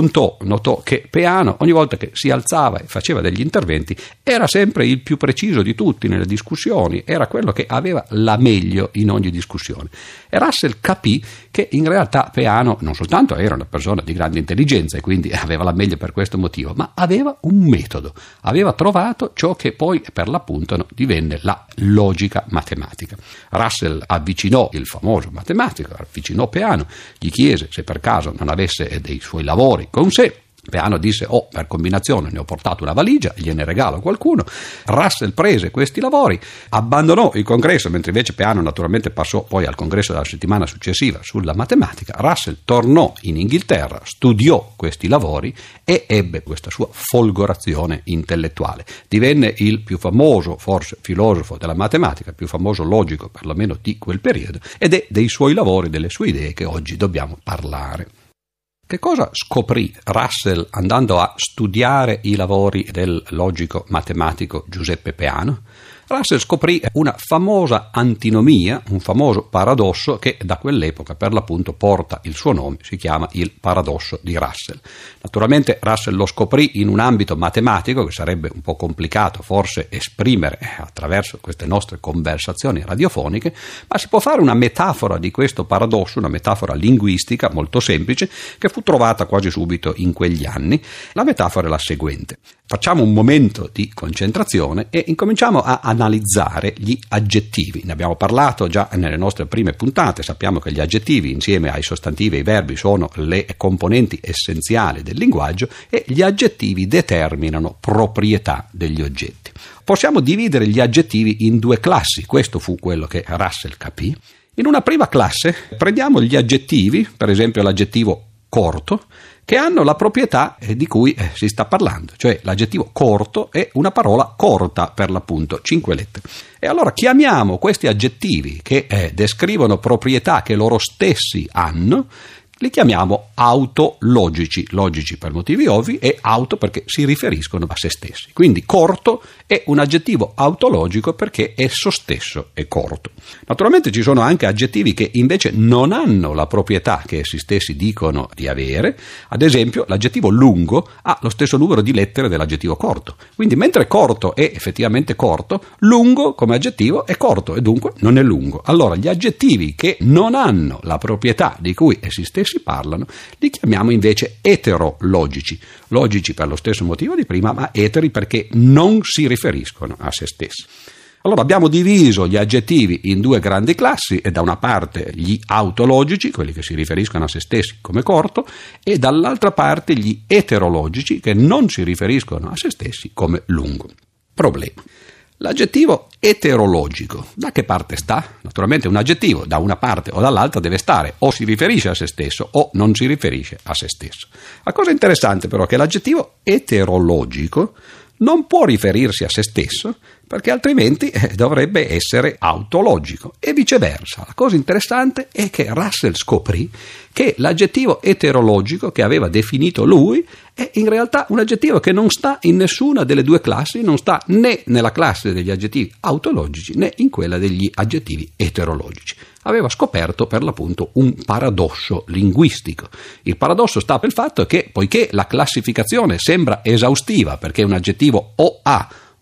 notò che Peano, ogni volta che si alzava e faceva degli interventi, era sempre il più preciso di tutti nelle discussioni, era quello che aveva la meglio in ogni discussione. E Russell capì che in realtà Peano non soltanto era una persona di grande intelligenza e quindi aveva la meglio per questo motivo, ma aveva un metodo, aveva trovato ciò che poi per l'appunto divenne la logica matematica. Russell avvicinò il famoso matematico, avvicinò Peano, gli chiese se per caso non avesse dei suoi lavori con sé. Peano disse: per combinazione ne ho portato una valigia, gliene regalo qualcuno. Russell prese questi lavori, abbandonò il congresso, mentre invece Peano naturalmente passò poi al congresso della settimana successiva sulla matematica. Russell tornò in Inghilterra, studiò questi lavori e ebbe questa sua folgorazione intellettuale. Divenne il più famoso, forse, filosofo della matematica, il più famoso logico perlomeno di quel periodo, ed è dei suoi lavori, delle sue idee che oggi dobbiamo parlare. Che cosa scoprì Russell andando a studiare i lavori del logico matematico Giuseppe Peano? Russell scoprì una famosa antinomia, un famoso paradosso che da quell'epoca per l'appunto porta il suo nome, si chiama il paradosso di Russell. Naturalmente Russell lo scoprì in un ambito matematico che sarebbe un po' complicato forse esprimere attraverso queste nostre conversazioni radiofoniche, ma si può fare una metafora di questo paradosso, una metafora linguistica molto semplice che fu trovata quasi subito in quegli anni. La metafora è la seguente: facciamo un momento di concentrazione e incominciamo a analizzare gli aggettivi. Ne abbiamo parlato già nelle nostre prime puntate, sappiamo che gli aggettivi insieme ai sostantivi e ai verbi sono le componenti essenziali del linguaggio e gli aggettivi determinano proprietà degli oggetti. Possiamo dividere gli aggettivi in due classi, questo fu quello che Russell capì. In una prima classe prendiamo gli aggettivi, per esempio l'aggettivo corto, che hanno la proprietà di cui si sta parlando, cioè l'aggettivo corto è una parola corta per l'appunto, 5 lettere. E allora chiamiamo questi aggettivi che descrivono proprietà che loro stessi hanno, li chiamiamo autologici, logici per motivi ovvi e auto perché si riferiscono a se stessi. Quindi corto è un aggettivo autologico perché esso stesso è corto. Naturalmente ci sono anche aggettivi che invece non hanno la proprietà che essi stessi dicono di avere. Ad esempio l'aggettivo lungo ha lo stesso numero di lettere dell'aggettivo corto. Quindi mentre corto è effettivamente corto, lungo come aggettivo è corto e dunque non è lungo. Allora gli aggettivi che non hanno la proprietà di cui essi stessi parlano, li chiamiamo invece eterologici, logici per lo stesso motivo di prima, ma eteri perché non si riferiscono a se stessi. Allora abbiamo diviso gli aggettivi in due grandi classi, e da una parte gli autologici, quelli che si riferiscono a se stessi come corto, e dall'altra parte gli eterologici che non si riferiscono a se stessi come lungo. Problema. L'aggettivo eterologico, da che parte sta? Naturalmente un aggettivo da una parte o dall'altra deve stare, o si riferisce a se stesso o non si riferisce a se stesso. La cosa interessante però è che l'aggettivo eterologico non può riferirsi a se stesso perché altrimenti dovrebbe essere autologico e viceversa. La cosa interessante è che Russell scoprì che l'aggettivo eterologico che aveva definito lui è in realtà un aggettivo che non sta in nessuna delle due classi, non sta né nella classe degli aggettivi autologici né in quella degli aggettivi eterologici. Aveva scoperto per l'appunto un paradosso linguistico. Il paradosso sta per il fatto che poiché la classificazione sembra esaustiva perché un aggettivo o ha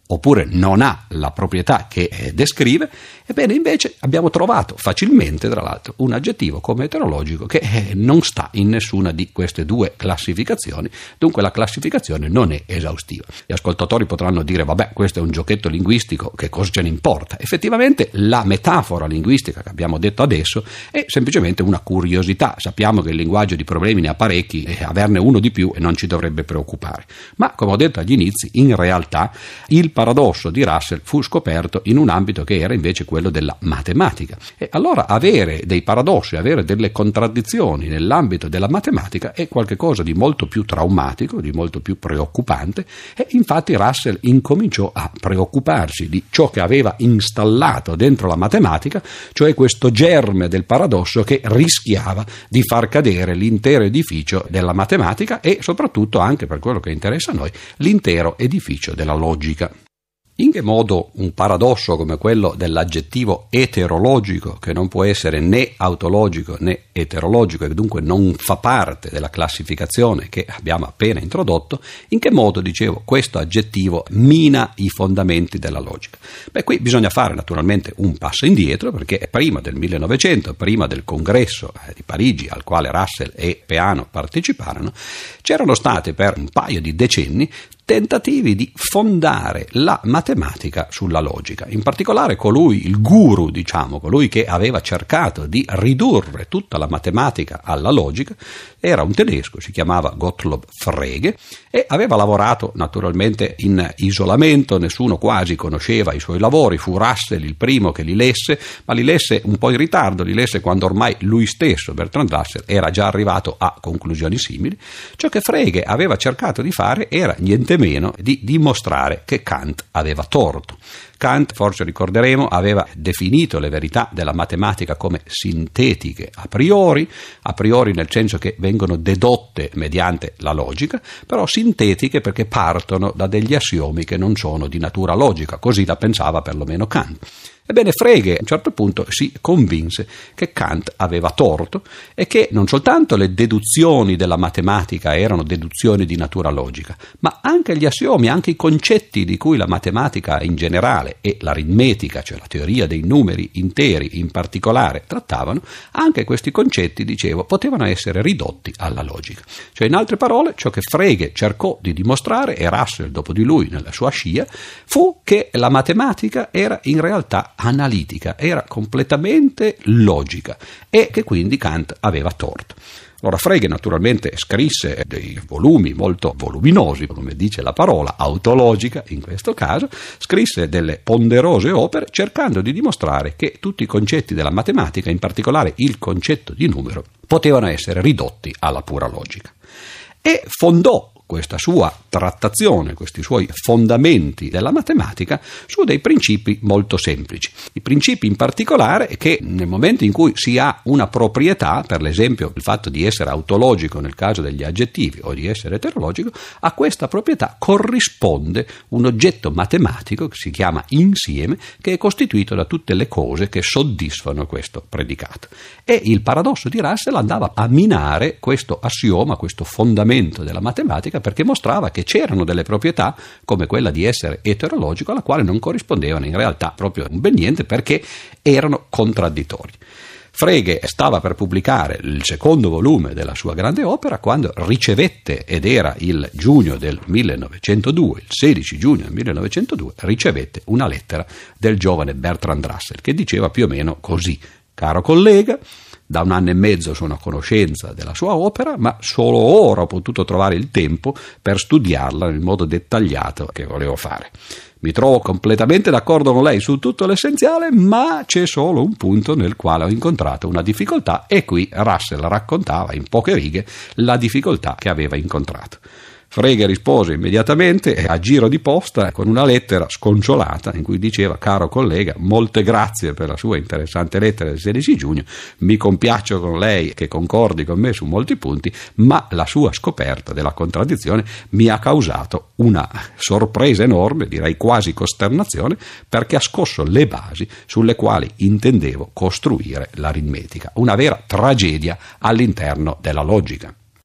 oppure non ha la proprietà che descrive, ebbene invece abbiamo trovato facilmente, tra l'altro, un aggettivo come eterologico che non sta in nessuna di queste due classificazioni, dunque la classificazione non è esaustiva. Gli ascoltatori potranno dire, vabbè, questo è un giochetto linguistico, che cosa ce ne importa? Effettivamente la metafora linguistica che abbiamo detto adesso è semplicemente una curiosità. Sappiamo che il linguaggio di problemi ne ha parecchi e averne uno di più e non ci dovrebbe preoccupare. Ma, come ho detto agli inizi, in realtà il paradosso di Russell fu scoperto in un ambito che era invece quello della matematica. E allora avere dei paradossi, avere delle contraddizioni nell'ambito della matematica è qualcosa di molto più traumatico, di molto più preoccupante, e infatti Russell incominciò a preoccuparsi di ciò che aveva installato dentro la matematica, cioè questo germe del paradosso che rischiava di far cadere l'intero edificio della matematica e soprattutto, anche per quello che interessa a noi, l'intero edificio della logica. In che modo un paradosso come quello dell'aggettivo eterologico, che non può essere né autologico né eterologico e dunque non fa parte della classificazione che abbiamo appena introdotto, in che modo, dicevo, questo aggettivo mina i fondamenti della logica? Beh, qui bisogna fare naturalmente un passo indietro, perché prima del 1900, prima del congresso di Parigi al quale Russell e Peano parteciparono, c'erano state per un paio di decenni tentativi di fondare la matematica sulla logica. In particolare il guru, colui che aveva cercato di ridurre tutta la matematica alla logica, era un tedesco, si chiamava Gottlob Frege e aveva lavorato naturalmente in isolamento, nessuno quasi conosceva i suoi lavori, fu Russell il primo che li lesse, ma li lesse un po' in ritardo, li lesse quando ormai lui stesso, Bertrand Russell, era già arrivato a conclusioni simili. Ciò che Frege aveva cercato di fare era niente meno di dimostrare che Kant aveva torto. Kant, forse ricorderemo, aveva definito le verità della matematica come sintetiche a priori nel senso che vengono dedotte mediante la logica, però sintetiche perché partono da degli assiomi che non sono di natura logica, così la pensava perlomeno Kant. Ebbene, Frege a un certo punto si convinse che Kant aveva torto e che non soltanto le deduzioni della matematica erano deduzioni di natura logica, ma anche gli assiomi, anche i concetti di cui la matematica in generale e l'aritmetica, cioè la teoria dei numeri interi in particolare, trattavano, anche questi concetti, potevano essere ridotti alla logica. Cioè, in altre parole, ciò che Frege cercò di dimostrare, e Russell dopo di lui nella sua scia, fu che la matematica era in realtà analitica, era completamente logica e che quindi Kant aveva torto. Allora Frege naturalmente scrisse dei volumi molto voluminosi, come dice la parola, autologica in questo caso, scrisse delle ponderose opere cercando di dimostrare che tutti i concetti della matematica, in particolare il concetto di numero, potevano essere ridotti alla pura logica. E fondò questa sua trattazione, questi suoi fondamenti della matematica su dei principi molto semplici. I principi in particolare che nel momento in cui si ha una proprietà, per l'esempio il fatto di essere autologico nel caso degli aggettivi o di essere eterologico, a questa proprietà corrisponde un oggetto matematico che si chiama insieme, che è costituito da tutte le cose che soddisfano questo predicato. E il paradosso di Russell andava a minare questo assioma, questo fondamento della matematica, perché mostrava che c'erano delle proprietà come quella di essere eterologico alla quale non corrispondevano in realtà proprio un bel niente, perché erano contraddittori. Frege stava per pubblicare il secondo volume della sua grande opera quando ricevette, ed era il giugno del 1902, il 16 giugno del 1902, ricevette una lettera del giovane Bertrand Russell che diceva più o meno così: caro collega, da 1 anno e mezzo sono a conoscenza della sua opera, ma solo ora ho potuto trovare il tempo per studiarla nel modo dettagliato che volevo fare. Mi trovo completamente d'accordo con lei su tutto l'essenziale, ma c'è solo un punto nel quale ho incontrato una difficoltà, e qui Russell raccontava in poche righe la difficoltà che aveva incontrato. Frege rispose immediatamente a giro di posta con una lettera sconsolata in cui diceva: caro collega, molte grazie per la sua interessante lettera del 16 giugno, mi compiaccio con lei che concordi con me su molti punti, ma la sua scoperta della contraddizione mi ha causato una sorpresa enorme, direi quasi costernazione, perché ha scosso le basi sulle quali intendevo costruire l'aritmetica, una vera tragedia all'interno della logica.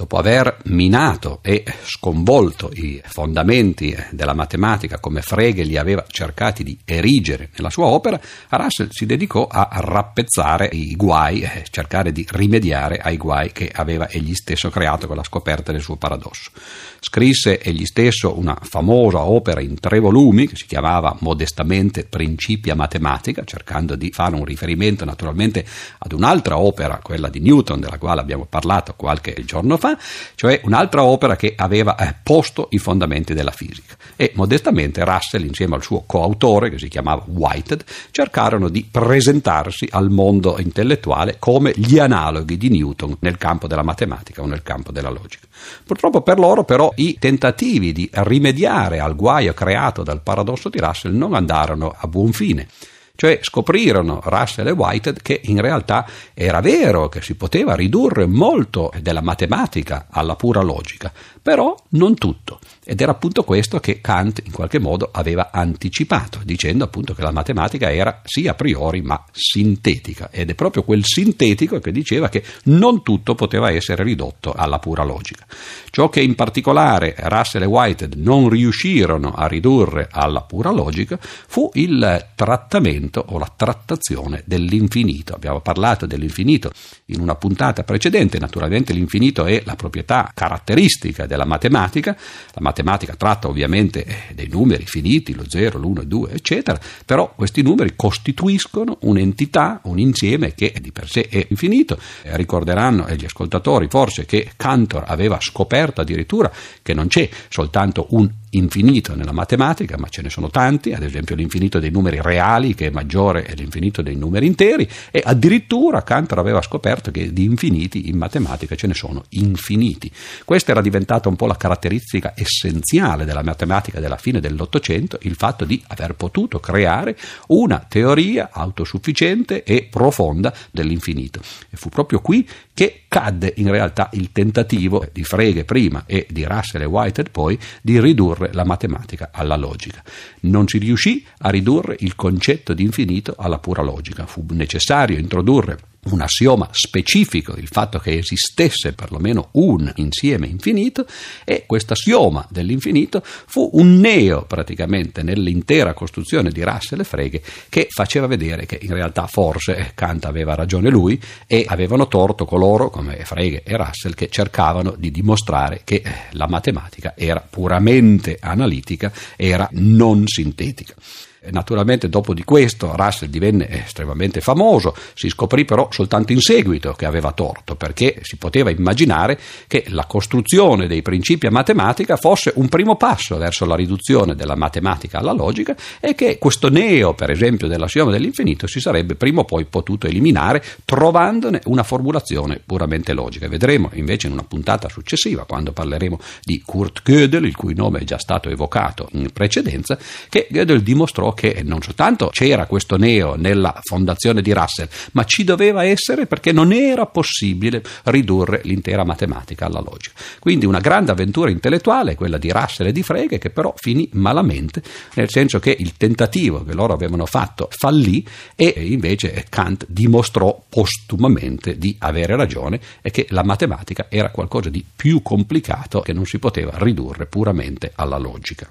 dopo aver minato e sconvolto i fondamenti della matematica come Frege li aveva cercati di erigere nella sua opera, Russell si dedicò a rappezzare i guai, cercare di rimediare ai guai che aveva egli stesso creato con la scoperta del suo paradosso. Scrisse egli stesso una famosa opera in 3 volumi che si chiamava modestamente Principia Mathematica, cercando di fare un riferimento naturalmente ad un'altra opera, quella di Newton, della quale abbiamo parlato qualche giorno fa, cioè un'altra opera che aveva posto i fondamenti della fisica. E modestamente Russell, insieme al suo coautore, che si chiamava Whitehead, cercarono di presentarsi al mondo intellettuale come gli analoghi di Newton nel campo della matematica o nel campo della logica. Purtroppo per loro, però, i tentativi di rimediare al guaio creato dal paradosso di Russell non andarono a buon fine. Cioè scoprirono Russell e Whitehead che in realtà era vero che si poteva ridurre molto della matematica alla pura logica, però non tutto. Ed era appunto questo che Kant in qualche modo aveva anticipato, dicendo appunto che la matematica era sì a priori ma sintetica, ed è proprio quel sintetico che diceva che non tutto poteva essere ridotto alla pura logica. Ciò che in particolare Russell e Whitehead non riuscirono a ridurre alla pura logica fu il trattamento o la trattazione dell'infinito. Abbiamo parlato dell'infinito in una puntata precedente. Naturalmente l'infinito è la proprietà caratteristica della matematica. La matematica tratta ovviamente dei numeri finiti, lo 0, l'1, il 2, eccetera, però questi numeri costituiscono un'entità, un insieme che di per sé è infinito. Ricorderanno gli ascoltatori forse che Cantor aveva scoperto addirittura che non c'è soltanto un infinito nella matematica, ma ce ne sono tanti, ad esempio l'infinito dei numeri reali, che è maggiore dell'infinito dei numeri interi, e addirittura Cantor aveva scoperto che di infiniti in matematica ce ne sono infiniti. Questa era diventata un po' la caratteristica essenziale della matematica della fine dell'Ottocento, il fatto di aver potuto creare una teoria autosufficiente e profonda dell'infinito. E fu proprio qui che cadde in realtà il tentativo di Frege prima e di Russell e Whitehead poi di ridurre la matematica alla logica. Non si riuscì a ridurre il concetto di infinito alla pura logica. Fu necessario introdurre un assioma specifico, il fatto che esistesse perlomeno un insieme infinito, e questo assioma dell'infinito fu un neo praticamente nell'intera costruzione di Russell e Frege, che faceva vedere che in realtà forse Kant aveva ragione lui e avevano torto coloro come Frege e Russell che cercavano di dimostrare che la matematica era puramente analitica, era non sintetica. Naturalmente dopo di questo Russell divenne estremamente famoso, si scoprì però soltanto in seguito che aveva torto, perché si poteva immaginare che la costruzione dei principi a matematica fosse un primo passo verso la riduzione della matematica alla logica e che questo neo, per esempio, dell'assioma dell'infinito si sarebbe prima o poi potuto eliminare trovandone una formulazione puramente logica. Vedremo invece in una puntata successiva, quando parleremo di Kurt Gödel, il cui nome è già stato evocato in precedenza, che Gödel dimostrò che non soltanto c'era questo neo nella fondazione di Russell, ma ci doveva essere perché non era possibile ridurre l'intera matematica alla logica. Quindi una grande avventura intellettuale, quella di Russell e di Frege, che però finì malamente, nel senso che il tentativo che loro avevano fatto fallì e invece Kant dimostrò postumamente di avere ragione e che la matematica era qualcosa di più complicato che non si poteva ridurre puramente alla logica.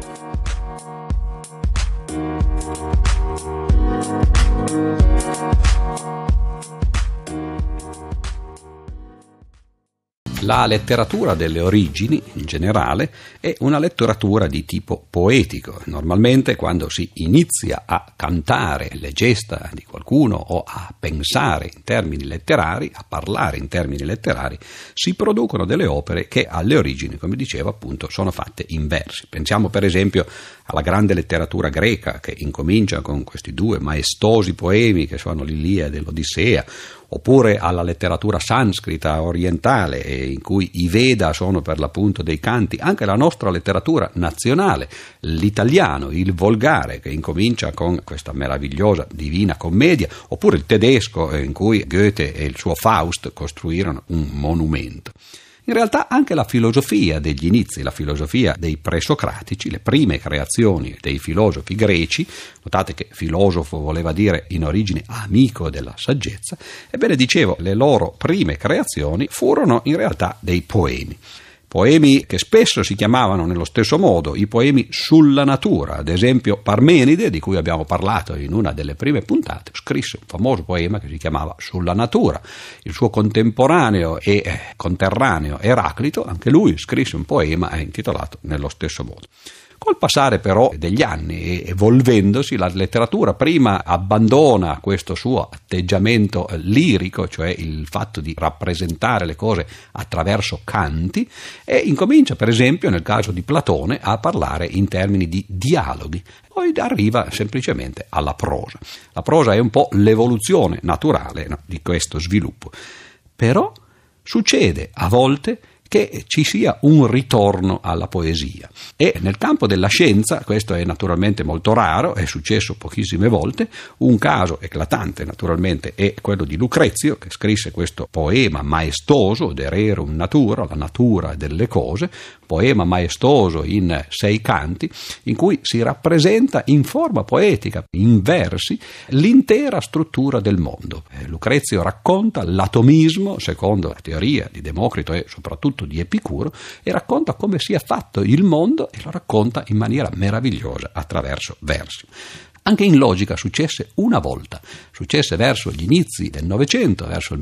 La letteratura delle origini, in generale, è una letteratura di tipo poetico. Normalmente quando si inizia a cantare le gesta di qualcuno o a pensare in termini letterari, a parlare in termini letterari, si producono delle opere che alle origini, come dicevo appunto, sono fatte in versi. Pensiamo per esempio alla grande letteratura greca, che incomincia con questi 2 maestosi poemi che sono l'Iliade e l'Odissea, oppure alla letteratura sanscrita orientale, in cui i Veda sono per l'appunto dei canti. Anche la nostra letteratura nazionale, l'italiano, il volgare, che incomincia con questa meravigliosa Divina Commedia, oppure il tedesco, in cui Goethe e il suo Faust costruirono un monumento. In realtà anche la filosofia degli inizi, la filosofia dei presocratici, le prime creazioni dei filosofi greci, notate che filosofo voleva dire in origine amico della saggezza, ebbene dicevo, le loro prime creazioni furono in realtà dei poemi. Poemi che spesso si chiamavano nello stesso modo, i poemi sulla natura. Ad esempio Parmenide, di cui abbiamo parlato in una delle prime puntate, scrisse un famoso poema che si chiamava Sulla natura. Il suo contemporaneo e conterraneo Eraclito, anche lui scrisse un poema intitolato nello stesso modo. Col passare però degli anni e evolvendosi, la letteratura prima abbandona questo suo atteggiamento lirico, cioè il fatto di rappresentare le cose attraverso canti, e incomincia per esempio nel caso di Platone a parlare in termini di dialoghi. Poi arriva semplicemente alla prosa. La prosa è un po' l'evoluzione naturale, no, di questo sviluppo. Però succede a volte che ci sia un ritorno alla poesia, e nel campo della scienza questo è naturalmente molto raro, è successo pochissime volte. Un caso eclatante naturalmente è quello di Lucrezio, che scrisse questo poema maestoso, De Rerum Natura, la natura delle cose, poema maestoso in 6 canti, in cui si rappresenta in forma poetica, in versi, l'intera struttura del mondo. Lucrezio racconta l'atomismo secondo la teoria di Democrito e soprattutto di Epicuro, e racconta come sia fatto il mondo, e lo racconta in maniera meravigliosa attraverso versi. Anche in logica successe una volta, successe verso gli inizi del Novecento, verso il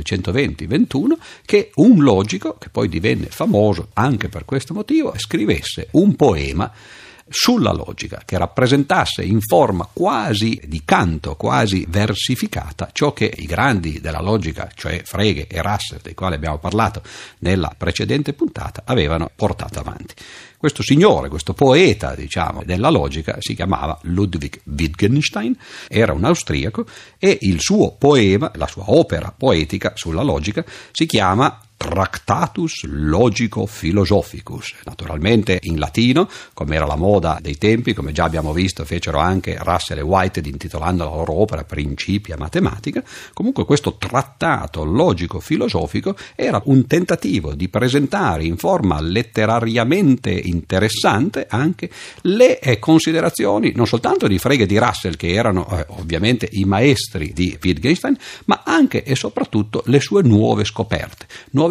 1920-21, che un logico, che poi divenne famoso anche per questo motivo, scrivesse un poema sulla logica, che rappresentasse in forma quasi di canto, quasi versificata, ciò che i grandi della logica, cioè Frege e Russell, dei quali abbiamo parlato nella precedente puntata, avevano portato avanti. Questo signore, questo poeta, della logica, si chiamava Ludwig Wittgenstein, era un austriaco, e il suo poema, la sua opera poetica sulla logica, si chiama Tractatus Logico Philosophicus, naturalmente in latino, come era la moda dei tempi, come già abbiamo visto fecero anche Russell e Whitehead intitolando la loro opera Principia Matematica. Comunque questo trattato logico-filosofico era un tentativo di presentare in forma letterariamente interessante anche le considerazioni non soltanto di Frege e di Russell, che erano ovviamente i maestri di Wittgenstein, ma anche e soprattutto le sue nuove scoperte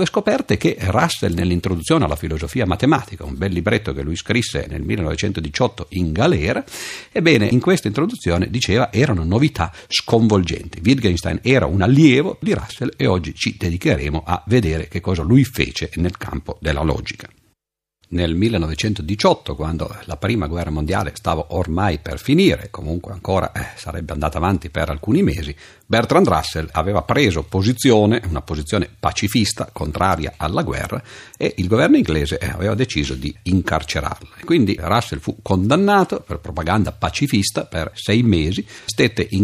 che Russell, nell'introduzione alla filosofia matematica, un bel libretto che lui scrisse nel 1918 in galera, ebbene in questa introduzione diceva erano novità sconvolgenti. Wittgenstein era un allievo di Russell e oggi ci dedicheremo a vedere che cosa lui fece nel campo della logica. Nel 1918, quando la prima guerra mondiale stava ormai per finire, comunque ancora sarebbe andata avanti per alcuni mesi, Bertrand Russell aveva preso posizione, una posizione pacifista, contraria alla guerra, e il governo inglese aveva deciso di incarcerarlo. E quindi Russell fu condannato per propaganda pacifista per 6 mesi, stette in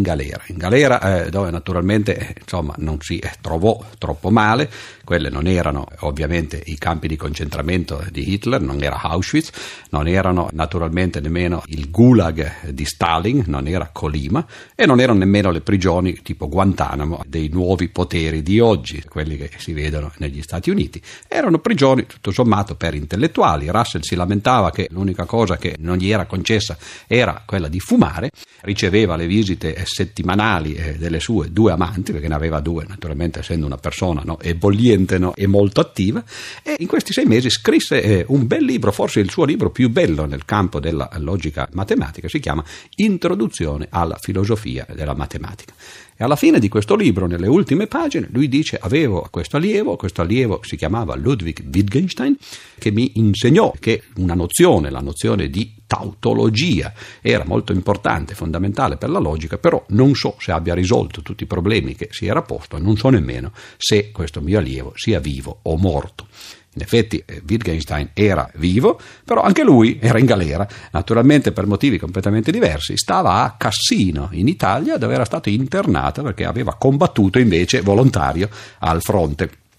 galera dove naturalmente non si trovò troppo male. Quelle non erano ovviamente i campi di concentramento di Hitler, non era Auschwitz, non erano naturalmente nemmeno il Gulag di Stalin, non era Colima, e non erano nemmeno le prigioni tipo Guantanamo dei nuovi poteri di oggi, quelli che si vedono negli Stati Uniti. Erano prigioni tutto sommato per intellettuali. Russell si lamentava che l'unica cosa che non gli era concessa era quella di fumare, riceveva le visite settimanali delle sue 2 amanti, perché ne aveva 2 naturalmente essendo una persona ebolliente e molto attiva, e in questi 6 mesi scrisse un bel libro, forse il suo libro più bello nel campo della logica matematica, si chiama Introduzione alla filosofia della matematica. E alla fine di questo libro, nelle ultime pagine, lui dice: avevo questo allievo si chiamava Ludwig Wittgenstein, che mi insegnò che la nozione di tautologia era molto importante, fondamentale per la logica, però non so se abbia risolto tutti i problemi che si era posto, e non so nemmeno se questo mio allievo sia vivo o morto. In effetti Wittgenstein era vivo, però anche lui era in galera, naturalmente per motivi completamente diversi. Stava a Cassino, in Italia, dove era stato internato perché aveva combattuto invece volontario al fronte.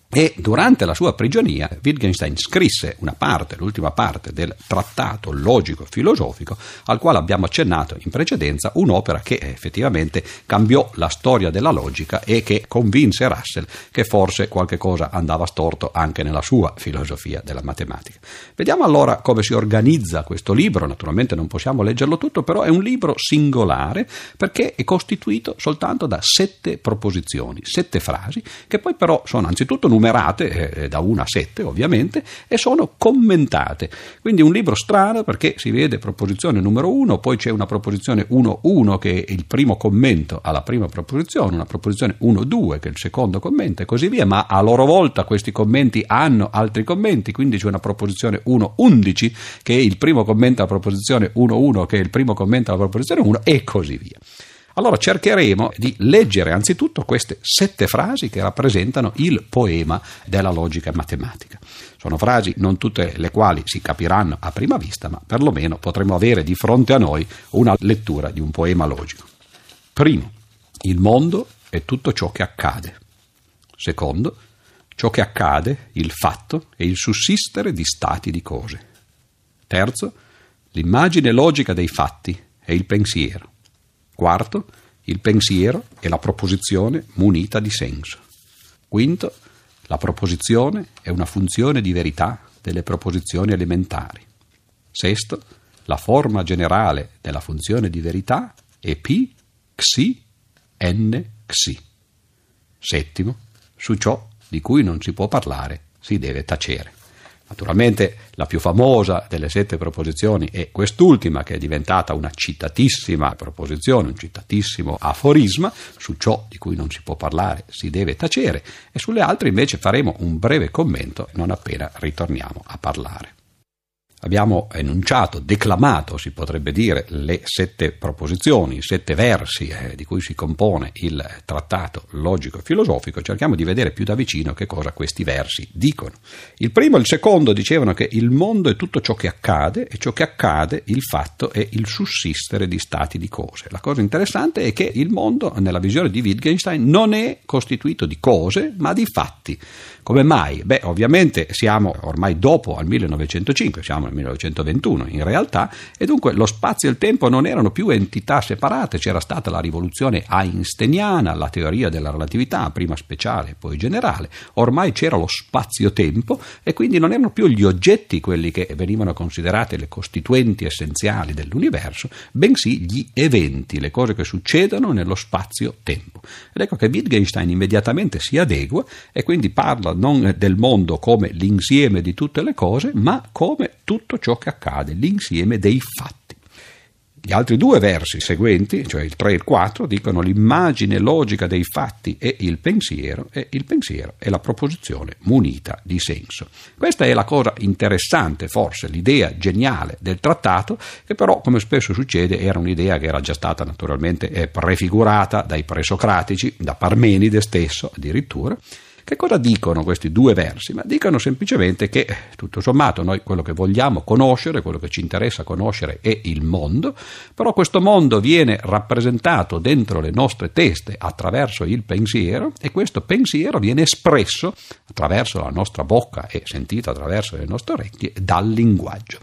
E durante la sua prigionia Wittgenstein scrisse una parte, l'ultima parte del trattato logico-filosofico, al quale abbiamo accennato in precedenza, un'opera che effettivamente cambiò la storia della logica e che convinse Russell che forse qualche cosa andava storto anche nella sua filosofia della matematica. Vediamo allora come si organizza questo libro. Naturalmente non possiamo leggerlo tutto, però è un libro singolare perché è costituito soltanto da 7 proposizioni, 7 frasi, che poi però sono anzitutto numerate da 1 a 7 ovviamente, e sono commentate. Quindi un libro strano perché si vede proposizione numero 1, poi c'è una proposizione 1-1 che è il primo commento alla prima proposizione, una proposizione 1-2 che è il secondo commento e così via, ma a loro volta questi commenti hanno altri commenti, quindi c'è una proposizione 1-11 che è il primo commento alla proposizione 1-1 che è il primo commento alla proposizione 1 e così via. Allora cercheremo di leggere anzitutto queste 7 frasi che rappresentano il poema della logica matematica. Sono frasi non tutte le quali si capiranno a prima vista, ma perlomeno potremo avere di fronte a noi una lettura di un poema logico. Primo, il mondo è tutto ciò che accade. Secondo, ciò che accade, il fatto, è il sussistere di stati di cose. Terzo, l'immagine logica dei fatti è il pensiero. Quarto, il pensiero è la proposizione munita di senso. Quinto, la proposizione è una funzione di verità delle proposizioni elementari. Sesto, la forma generale della funzione di verità è P, Xi, N, Xi. Settimo, su ciò di cui non si può parlare si deve tacere. Naturalmente la più famosa delle 7 proposizioni è quest'ultima, che è diventata una citatissima proposizione, un citatissimo aforisma: su ciò di cui non si può parlare si deve tacere, e sulle altre invece faremo un breve commento non appena ritorniamo a parlare. Abbiamo enunciato, declamato, si potrebbe dire, le 7 proposizioni, i 7 versi di cui si compone il trattato logico-filosofico. Cerchiamo di vedere più da vicino che cosa questi versi dicono. Il primo e il secondo dicevano che il mondo è tutto ciò che accade, e ciò che accade, il fatto, è il sussistere di stati di cose. La cosa interessante è che il mondo, nella visione di Wittgenstein, non è costituito di cose, ma di fatti. Come mai? Beh, ovviamente siamo ormai dopo al 1905, siamo nel 1921 in realtà, e dunque lo spazio e il tempo non erano più entità separate. C'era stata la rivoluzione einsteiniana, la teoria della relatività, prima speciale e poi generale. Ormai c'era lo spazio-tempo e quindi non erano più gli oggetti quelli che venivano considerati le costituenti essenziali dell'universo, bensì gli eventi, le cose che succedono nello spazio-tempo. Ed ecco che Wittgenstein immediatamente si adegua e quindi parla non del mondo come l'insieme di tutte le cose, ma come tutto ciò che accade, l'insieme dei fatti. Gli altri 2 versi seguenti, cioè il 3 e il 4, dicono l'immagine logica dei fatti è il pensiero, e il pensiero è la proposizione munita di senso. Questa è la cosa interessante, forse l'idea geniale del trattato, che però, come spesso succede, era un'idea che era già stata naturalmente prefigurata dai presocratici, da Parmenide stesso addirittura. Che cosa dicono questi 2 versi? Ma dicono semplicemente che, tutto sommato, noi quello che vogliamo conoscere, quello che ci interessa conoscere è il mondo, però questo mondo viene rappresentato dentro le nostre teste attraverso il pensiero, e questo pensiero viene espresso attraverso la nostra bocca e sentito attraverso le nostre orecchie dal linguaggio.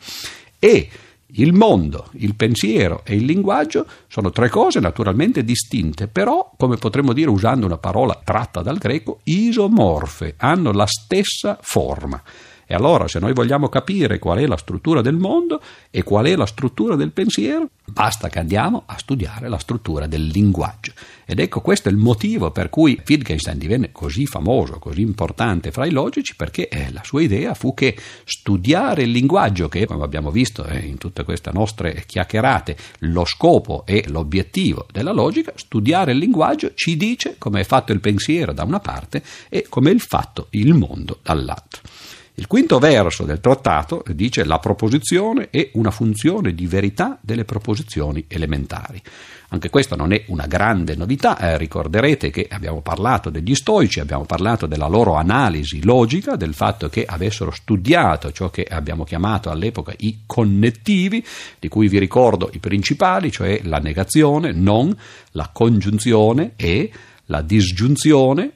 E il mondo, il pensiero e il linguaggio sono 3 cose naturalmente distinte, però, come potremmo dire usando una parola tratta dal greco, isomorfe, hanno la stessa forma. E allora, se noi vogliamo capire qual è la struttura del mondo e qual è la struttura del pensiero, basta che andiamo a studiare la struttura del linguaggio. Ed ecco, questo è il motivo per cui Wittgenstein divenne così famoso, così importante fra i logici, perché la sua idea fu che studiare il linguaggio, che come abbiamo visto in tutte queste nostre chiacchierate, lo scopo e l'obiettivo della logica, studiare il linguaggio ci dice come è fatto il pensiero da una parte e come è fatto il mondo dall'altra. Il quinto verso del trattato dice: la proposizione è una funzione di verità delle proposizioni elementari. Anche questa non è una grande novità, ricorderete che abbiamo parlato degli stoici, abbiamo parlato della loro analisi logica, del fatto che avessero studiato ciò che abbiamo chiamato all'epoca i connettivi, di cui vi ricordo i principali, cioè la negazione, non, la congiunzione e, la disgiunzione o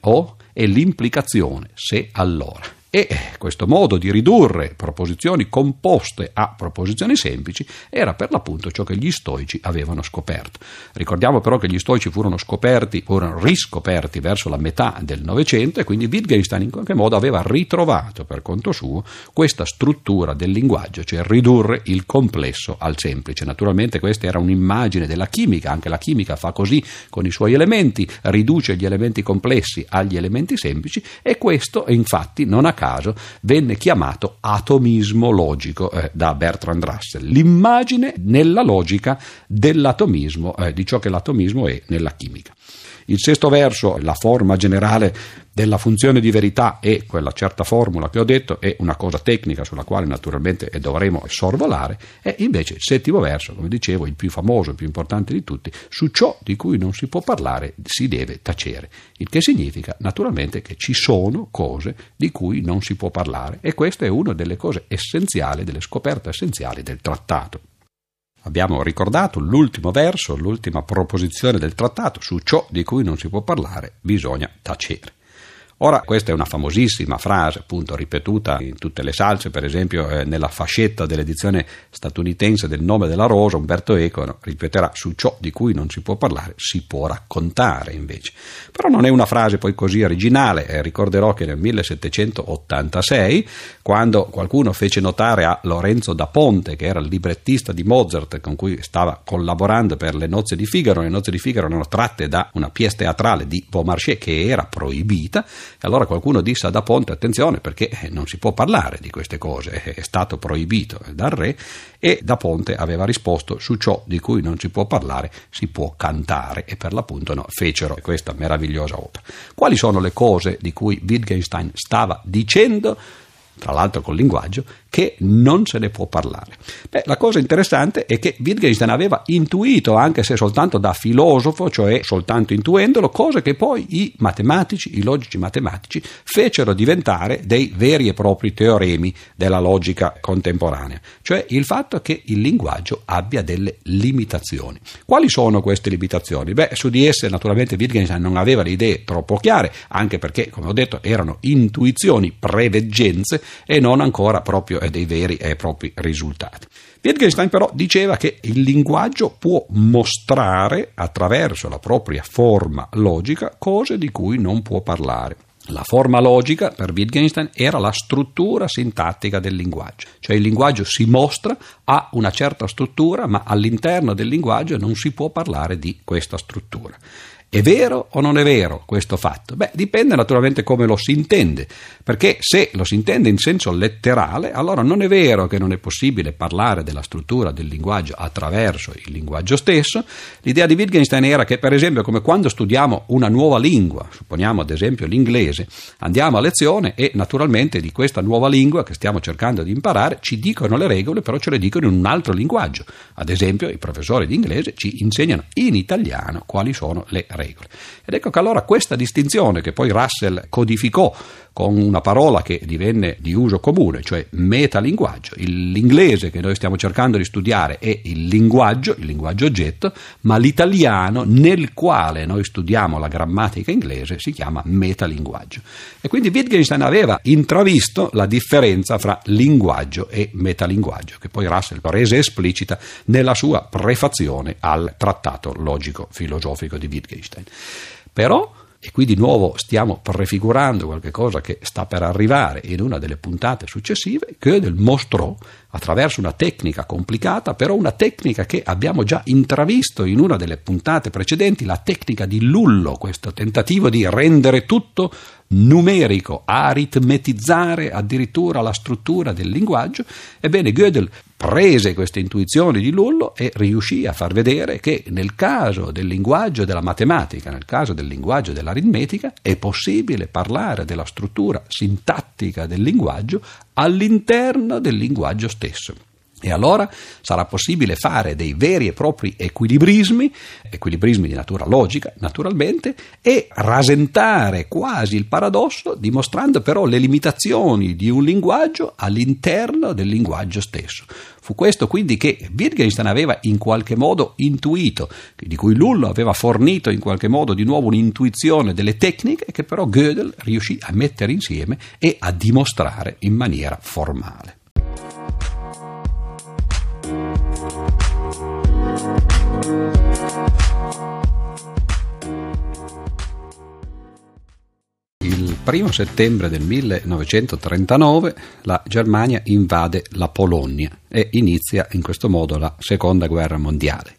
e l'implicazione se allora. E questo modo di ridurre proposizioni composte a proposizioni semplici era per l'appunto ciò che gli stoici avevano scoperto. Ricordiamo però che gli stoici furono riscoperti verso la metà del Novecento, e quindi Wittgenstein in qualche modo aveva ritrovato per conto suo questa struttura del linguaggio, cioè ridurre il complesso al semplice. Naturalmente questa era un'immagine della chimica, anche la chimica fa così con i suoi elementi, riduce gli elementi complessi agli elementi semplici, e questo infatti non a caso venne chiamato atomismo logico da Bertrand Russell, l'immagine nella logica dell'atomismo, di ciò che l'atomismo è nella chimica. Il sesto verso, la forma generale della funzione di verità, e quella certa formula che ho detto è una cosa tecnica sulla quale naturalmente dovremo sorvolare, e invece il settimo verso, come dicevo, il più famoso, il più importante di tutti: su ciò di cui non si può parlare si deve tacere, il che significa naturalmente che ci sono cose di cui non si può parlare, e questa è una delle cose essenziali, delle scoperte essenziali del trattato. Abbiamo ricordato l'ultimo verso, l'ultima proposizione del trattato: su ciò di cui non si può parlare bisogna tacere. Ora, questa è una famosissima frase, appunto ripetuta in tutte le salse, per esempio nella fascetta dell'edizione statunitense del Nome della Rosa, Umberto Eco ripeterà: su ciò di cui non si può parlare si può raccontare invece. Però non è una frase poi così originale. Ricorderò che nel 1786, quando qualcuno fece notare a Lorenzo da Ponte, che era il librettista di Mozart con cui stava collaborando per le nozze di Figaro erano tratte da una pièce teatrale di Beaumarchais che era proibita, e allora qualcuno disse a Da Ponte: attenzione, perché non si può parlare di queste cose, è stato proibito dal re. E Da Ponte aveva risposto: su ciò di cui non si può parlare si può cantare, e per l'appunto fecero questa meravigliosa opera. Quali sono le cose di cui Wittgenstein stava dicendo, tra l'altro col linguaggio, che non se ne può parlare? La cosa interessante è che Wittgenstein aveva intuito, anche se soltanto da filosofo, cioè soltanto intuendolo, cose che poi i matematici, i logici matematici, fecero diventare dei veri e propri teoremi della logica contemporanea, cioè il fatto che il linguaggio abbia delle limitazioni. Quali sono queste limitazioni? Su di esse naturalmente Wittgenstein non aveva le idee troppo chiare, anche perché, come ho detto, erano intuizioni, preveggenze, e non ancora proprio dei veri e propri risultati. Wittgenstein però diceva che il linguaggio può mostrare attraverso la propria forma logica cose di cui non può parlare. La forma logica per Wittgenstein era la struttura sintattica del linguaggio, cioè il linguaggio si mostra, ha una certa struttura, ma all'interno del linguaggio non si può parlare di questa struttura. È vero o non è vero questo fatto? Dipende naturalmente come lo si intende, perché se lo si intende in senso letterale, allora non è vero che non è possibile parlare della struttura del linguaggio attraverso il linguaggio stesso. L'idea di Wittgenstein era che, per esempio, come quando studiamo una nuova lingua, supponiamo ad esempio l'inglese, andiamo a lezione e naturalmente di questa nuova lingua che stiamo cercando di imparare ci dicono le regole, però ce le dicono in un altro linguaggio. Ad esempio, i professori di inglese ci insegnano in italiano quali sono le regole. Ed ecco che allora questa distinzione, che poi Russell codificò con una parola che divenne di uso comune, cioè metalinguaggio. L'inglese che noi stiamo cercando di studiare è il linguaggio oggetto, ma l'italiano nel quale noi studiamo la grammatica inglese si chiama metalinguaggio. E quindi Wittgenstein aveva intravisto la differenza fra linguaggio e metalinguaggio, che poi Russell rese esplicita nella sua prefazione al trattato logico-filosofico di Wittgenstein. Però, e qui di nuovo stiamo prefigurando qualche cosa che sta per arrivare in una delle puntate successive, Gödel mostrò attraverso una tecnica complicata, però una tecnica che abbiamo già intravisto in una delle puntate precedenti, la tecnica di Lullo, questo tentativo di rendere tutto numerico, aritmetizzare addirittura la struttura del linguaggio. Ebbene, Gödel prese queste intuizioni di Lullo e riuscì a far vedere che nel caso del linguaggio della matematica, nel caso del linguaggio dell'aritmetica, è possibile parlare della struttura sintattica del linguaggio all'interno del linguaggio stesso. E allora sarà possibile fare dei veri e propri equilibrismi di natura logica, naturalmente, e rasentare quasi il paradosso, dimostrando però le limitazioni di un linguaggio all'interno del linguaggio stesso. Fu questo quindi che Wittgenstein aveva in qualche modo intuito, di cui Lullo aveva fornito in qualche modo di nuovo un'intuizione delle tecniche che però Gödel riuscì a mettere insieme e a dimostrare in maniera formale. Il 1 settembre del 1939 la Germania invade la Polonia e inizia in questo modo la Seconda Guerra Mondiale.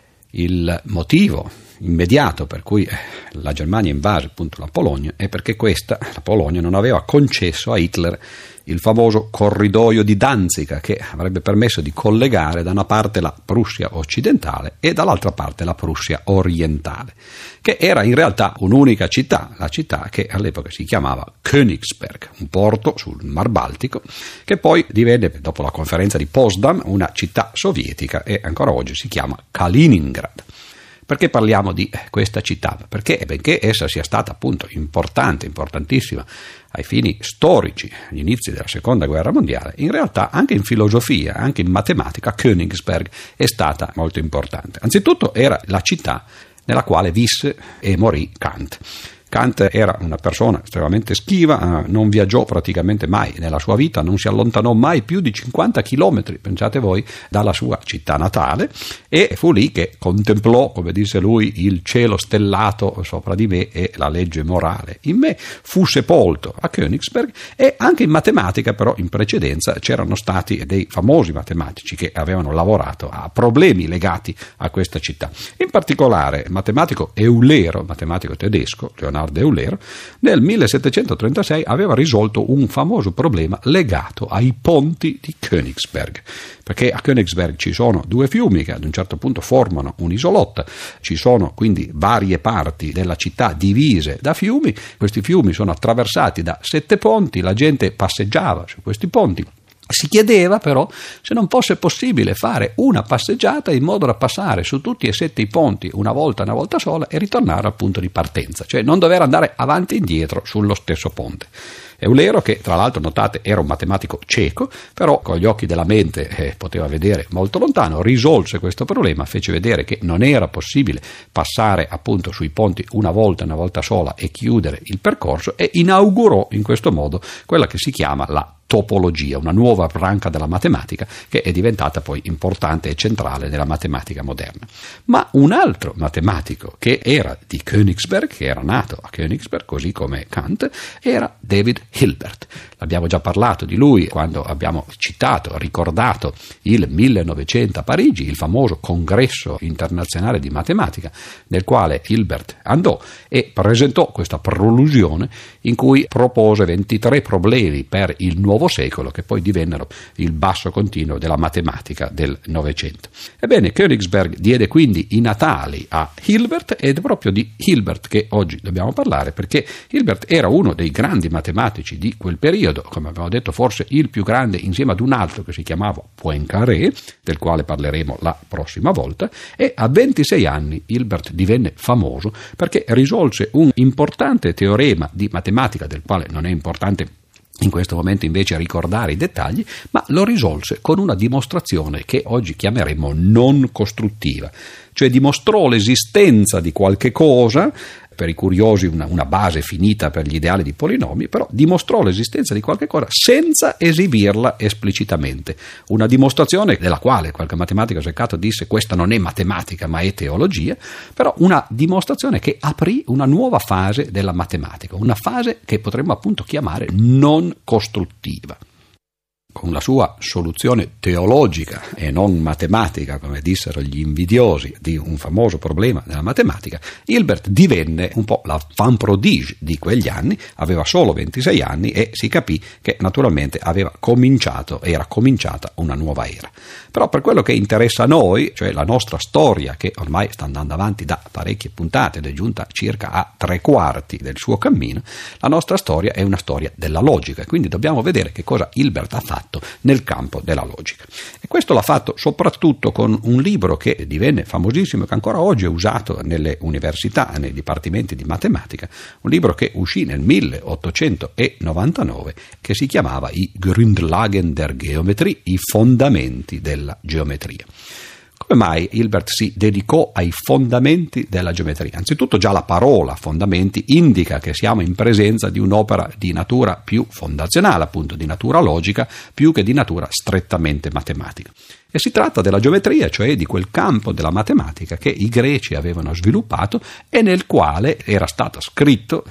Il motivo immediato per cui la Germania invase appunto la Polonia è perché la Polonia, non aveva concesso a Hitler il famoso corridoio di Danzica, che avrebbe permesso di collegare da una parte la Prussia occidentale e dall'altra parte la Prussia orientale, che era in realtà un'unica città, la città che all'epoca si chiamava Königsberg, un porto sul Mar Baltico, che poi divenne, dopo la conferenza di Potsdam, una città sovietica e ancora oggi si chiama Kaliningrad. Perché parliamo di questa città? Perché benché essa sia stata appunto importantissima ai fini storici, agli inizi della Seconda Guerra Mondiale, in realtà anche in filosofia, anche in matematica, Königsberg è stata molto importante. Anzitutto era la città nella quale visse e morì Kant. Kant era una persona estremamente schiva, non viaggiò praticamente mai nella sua vita, non si allontanò mai più di 50 chilometri, pensate voi, dalla sua città natale, e fu lì che contemplò, come disse lui, il cielo stellato sopra di me e la legge morale in me. Fu sepolto a Königsberg, e anche in matematica però in precedenza c'erano stati dei famosi matematici che avevano lavorato a problemi legati a questa città. In particolare il matematico Eulero, matematico tedesco, Leonardo Eulero, nel 1736 aveva risolto un famoso problema legato ai ponti di Königsberg, perché a Königsberg ci sono due fiumi che ad un certo punto formano un'isolotta, ci sono quindi varie parti della città divise da fiumi, questi fiumi sono attraversati da 7 ponti, la gente passeggiava su questi ponti. Si chiedeva però se non fosse possibile fare una passeggiata in modo da passare su tutti e 7 i ponti una volta sola e ritornare al punto di partenza, cioè non dover andare avanti e indietro sullo stesso ponte. Eulero, che tra l'altro notate era un matematico cieco, però con gli occhi della mente poteva vedere molto lontano, risolse questo problema, fece vedere che non era possibile passare appunto sui ponti una volta sola e chiudere il percorso, e inaugurò in questo modo quella che si chiama la topologia, una nuova branca della matematica che è diventata poi importante e centrale nella matematica moderna. Ma un altro matematico che era di Königsberg, che era nato a Königsberg così come Kant, era David Hilbert. L'abbiamo già parlato di lui quando abbiamo ricordato il 1900 a Parigi, il famoso congresso internazionale di matematica nel quale Hilbert andò e presentò questa prolusione in cui propose 23 problemi per il nuovo secolo, che poi divennero il basso continuo della matematica del Novecento. Ebbene, Königsberg diede quindi i natali a Hilbert, ed è proprio di Hilbert che oggi dobbiamo parlare, perché Hilbert era uno dei grandi matematici di quel periodo, come abbiamo detto forse il più grande insieme ad un altro che si chiamava Poincaré, del quale parleremo la prossima volta, e a 26 anni Hilbert divenne famoso perché risolse un importante teorema di matematica, del quale non è importante in questo momento invece ricordare i dettagli, ma lo risolse con una dimostrazione che oggi chiameremo non costruttiva, cioè dimostrò l'esistenza di qualche cosa, per i curiosi una base finita per gli ideali di polinomi, però dimostrò l'esistenza di qualche cosa senza esibirla esplicitamente. Una dimostrazione della quale qualche matematico seccato disse: questa non è matematica ma è teologia, però una dimostrazione che aprì una nuova fase della matematica, una fase che potremmo appunto chiamare non costruttiva. Con la sua soluzione teologica e non matematica, come dissero gli invidiosi di un famoso problema della matematica, Hilbert divenne un po' la fan prodige di quegli anni, aveva solo 26 anni e si capì che naturalmente era cominciata una nuova era. Però per quello che interessa a noi, cioè la nostra storia, che ormai sta andando avanti da parecchie puntate ed è giunta circa a 3/4 del suo cammino, la nostra storia è una storia della logica, quindi dobbiamo vedere che cosa Hilbert ha fatto fatto nel campo della logica. E questo l'ha fatto soprattutto con un libro che divenne famosissimo e che ancora oggi è usato nelle università, nei dipartimenti di matematica, un libro che uscì nel 1899 che si chiamava I Grundlagen der Geometrie, i fondamenti della geometria. Come mai Hilbert si dedicò ai fondamenti della geometria? Anzitutto già la parola fondamenti indica che siamo in presenza di un'opera di natura più fondazionale, appunto di natura logica, più che di natura strettamente matematica. E si tratta della geometria, cioè di quel campo della matematica che i greci avevano sviluppato e sul quale era stato scritto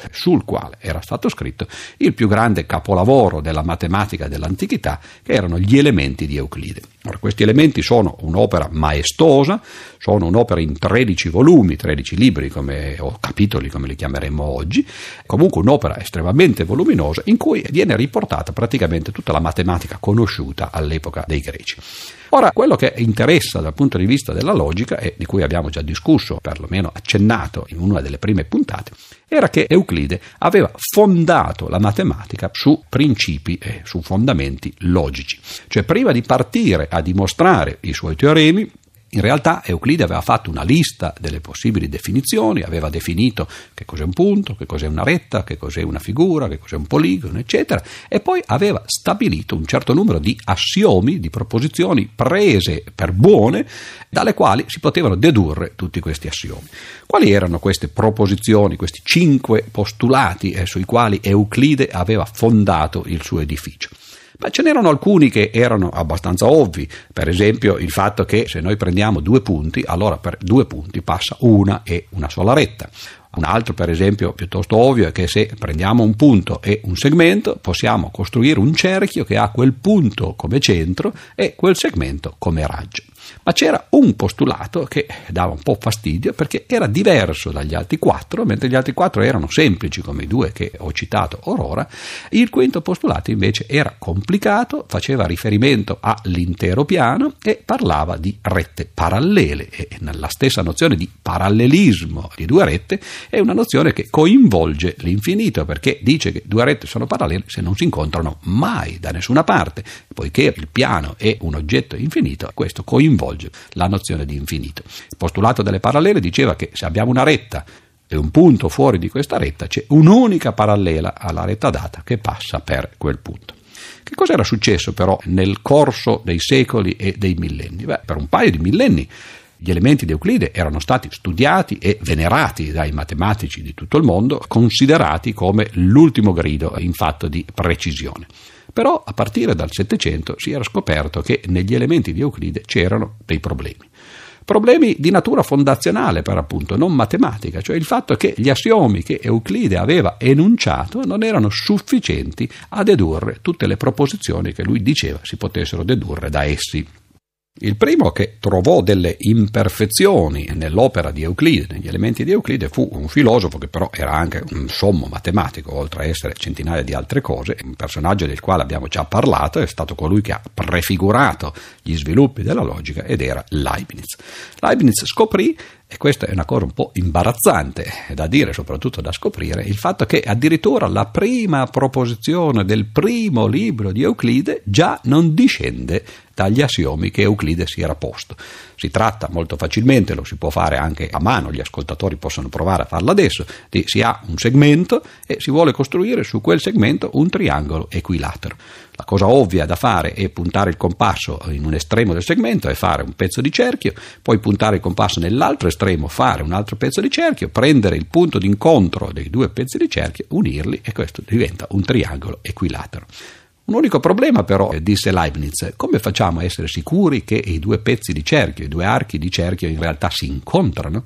il più grande capolavoro della matematica dell'antichità, che erano gli elementi di Euclide. Ora, questi elementi sono un'opera maestosa, sono un'opera in 13 volumi, 13 libri o capitoli come li chiameremmo oggi, comunque un'opera estremamente voluminosa in cui viene riportata praticamente tutta la matematica conosciuta all'epoca dei greci. Ora, quello che interessa dal punto di vista della logica, e di cui abbiamo già discusso, perlomeno accennato in una delle prime puntate, era che Euclide aveva fondato la matematica su principi e su fondamenti logici. Cioè, prima di partire a dimostrare i suoi teoremi, in realtà Euclide aveva fatto una lista delle possibili definizioni, aveva definito che cos'è un punto, che cos'è una retta, che cos'è una figura, che cos'è un poligono, eccetera, e poi aveva stabilito un certo numero di assiomi, di proposizioni prese per buone, dalle quali si potevano dedurre tutti questi assiomi. Quali erano queste proposizioni, questi 5 postulati sui quali Euclide aveva fondato il suo edificio? Ma ce n'erano alcuni che erano abbastanza ovvi, per esempio il fatto che se noi prendiamo 2 punti, allora per 2 punti passa una e una sola retta. Un altro, per esempio, piuttosto ovvio è che se prendiamo un punto e un segmento possiamo costruire un cerchio che ha quel punto come centro e quel segmento come raggio. Ma c'era un postulato che dava un po' fastidio perché era diverso dagli altri 4, mentre gli altri 4 erano semplici come i 2 che ho citato orora. Il quinto postulato invece era complicato, faceva riferimento all'intero piano e parlava di rette parallele, e nella stessa nozione di parallelismo di 2 rette è una nozione che coinvolge l'infinito, perché dice che 2 rette sono parallele se non si incontrano mai da nessuna parte. Poiché il piano è un oggetto infinito, questo coinvolge la nozione di infinito. Il postulato delle parallele diceva che se abbiamo una retta e un punto fuori di questa retta, c'è un'unica parallela alla retta data che passa per quel punto. Che cosa era successo però nel corso dei secoli e dei millenni? Per un paio di millenni gli elementi di Euclide erano stati studiati e venerati dai matematici di tutto il mondo, considerati come l'ultimo grido in fatto di precisione. Però a partire dal Settecento si era scoperto che negli elementi di Euclide c'erano dei problemi. Problemi di natura fondazionale, per appunto, non matematica, cioè il fatto che gli assiomi che Euclide aveva enunciato non erano sufficienti a dedurre tutte le proposizioni che lui diceva si potessero dedurre da essi. Il primo che trovò delle imperfezioni nell'opera di Euclide, negli elementi di Euclide, fu un filosofo che però era anche un sommo matematico, oltre a essere centinaia di altre cose, un personaggio del quale abbiamo già parlato, è stato colui che ha prefigurato gli sviluppi della logica, ed era Leibniz. Leibniz scoprì, e questa è una cosa un po' imbarazzante da dire, soprattutto da scoprire, il fatto che addirittura la prima proposizione del primo libro di Euclide già non discende dagli assiomi che Euclide si era posto. Si tratta molto facilmente, lo si può fare anche a mano, gli ascoltatori possono provare a farlo adesso, si ha un segmento e si vuole costruire su quel segmento un triangolo equilatero. La cosa ovvia da fare è puntare il compasso in un estremo del segmento e fare un pezzo di cerchio, poi puntare il compasso nell'altro estremo, fare un altro pezzo di cerchio, prendere il punto d'incontro dei 2 pezzi di cerchio, unirli, e questo diventa un triangolo equilatero. Un unico problema però, disse Leibniz: come facciamo a essere sicuri che i 2 pezzi di cerchio, i 2 archi di cerchio in realtà si incontrano?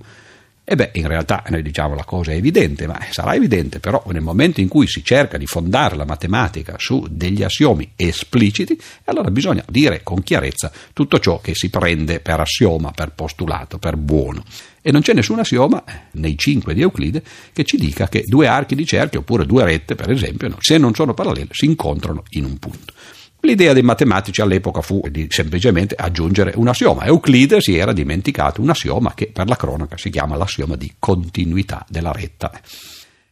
In realtà noi diciamo la cosa è evidente, ma sarà evidente però nel momento in cui si cerca di fondare la matematica su degli assiomi espliciti, allora bisogna dire con chiarezza tutto ciò che si prende per assioma, per postulato, per buono. E non c'è nessun assioma nei 5 di Euclide che ci dica che 2 archi di cerchio oppure 2 rette, per esempio, se non sono parallele, si incontrano in un punto. L'idea dei matematici all'epoca fu di semplicemente aggiungere un assioma. Euclide si era dimenticato un assioma che per la cronaca si chiama l'assioma di continuità della retta.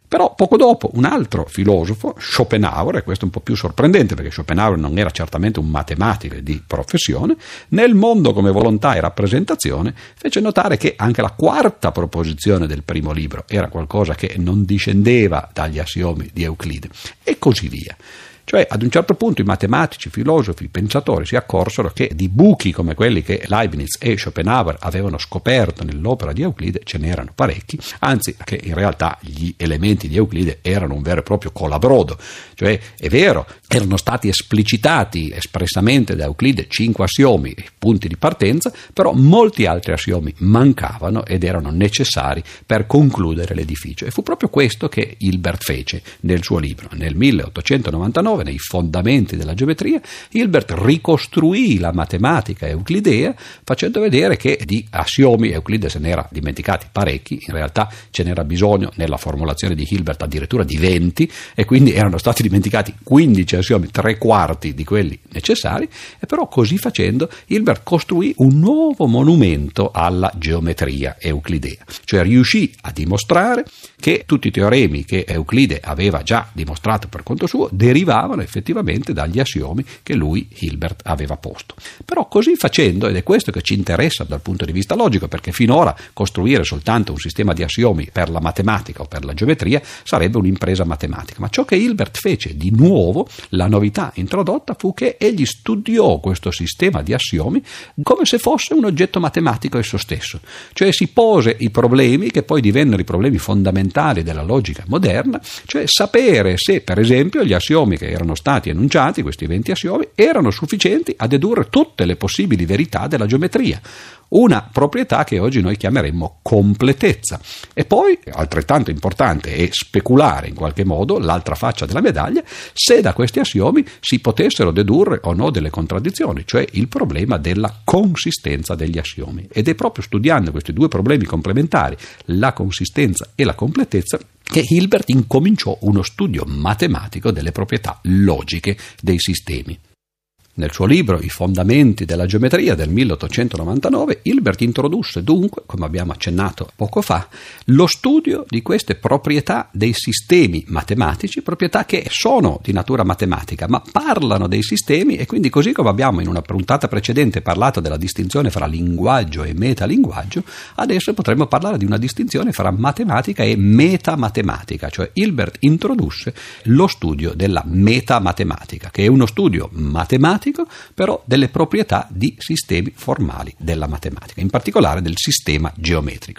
Però poco dopo un altro filosofo, Schopenhauer, e questo è un po' più sorprendente perché Schopenhauer non era certamente un matematico di professione, nel mondo come volontà e rappresentazione fece notare che anche la quarta proposizione del primo libro era qualcosa che non discendeva dagli assiomi di Euclide, e così via. Cioè, ad un certo punto i matematici, filosofi, pensatori si accorsero che di buchi come quelli che Leibniz e Schopenhauer avevano scoperto nell'opera di Euclide ce n'erano parecchi, anzi che in realtà gli elementi di Euclide erano un vero e proprio colabrodo. Cioè, è vero, erano stati esplicitati espressamente da Euclide 5 assiomi, punti di partenza, però molti altri assiomi mancavano ed erano necessari per concludere l'edificio. E fu proprio questo che Hilbert fece nel suo libro. Nel 1899, nei fondamenti della geometria, Hilbert ricostruì la matematica euclidea facendo vedere che di assiomi Euclide se n'era dimenticati parecchi, in realtà ce n'era bisogno nella formulazione di Hilbert addirittura di 20, e quindi erano stati dimenticati 15 assiomi, 3/4 di quelli necessari, e però così facendo Hilbert costruì un nuovo monumento alla geometria euclidea, cioè riuscì a dimostrare che tutti i teoremi che Euclide aveva già dimostrato per conto suo derivavano effettivamente dagli assiomi che lui, Hilbert, aveva posto. Però così facendo, ed è questo che ci interessa dal punto di vista logico, perché finora costruire soltanto un sistema di assiomi per la matematica o per la geometria sarebbe un'impresa matematica, ma ciò che Hilbert fece di nuovo, la novità introdotta, fu che egli studiò questo sistema di assiomi come se fosse un oggetto matematico esso stesso, cioè si pose i problemi che poi divennero i problemi fondamentali della logica moderna, cioè sapere se per esempio gli assiomi che erano stati enunciati, questi 20 assiomi, erano sufficienti a dedurre tutte le possibili verità della geometria, una proprietà che oggi noi chiameremmo completezza. E poi, altrettanto importante è speculare in qualche modo, l'altra faccia della medaglia, se da questi assiomi si potessero dedurre o no delle contraddizioni, cioè il problema della consistenza degli assiomi. Ed è proprio studiando questi due problemi complementari, la consistenza e la completezza, che Hilbert incominciò uno studio matematico delle proprietà logiche dei sistemi. Nel suo libro I fondamenti della geometria del 1899, Hilbert introdusse dunque, come abbiamo accennato poco fa, lo studio di queste proprietà dei sistemi matematici, proprietà che sono di natura matematica, ma parlano dei sistemi, e quindi, così come abbiamo in una puntata precedente parlato della distinzione fra linguaggio e metalinguaggio, adesso potremmo parlare di una distinzione fra matematica e metamatematica, cioè Hilbert introdusse lo studio della metamatematica, che è uno studio matematico però delle proprietà di sistemi formali della matematica, in particolare del sistema geometrico.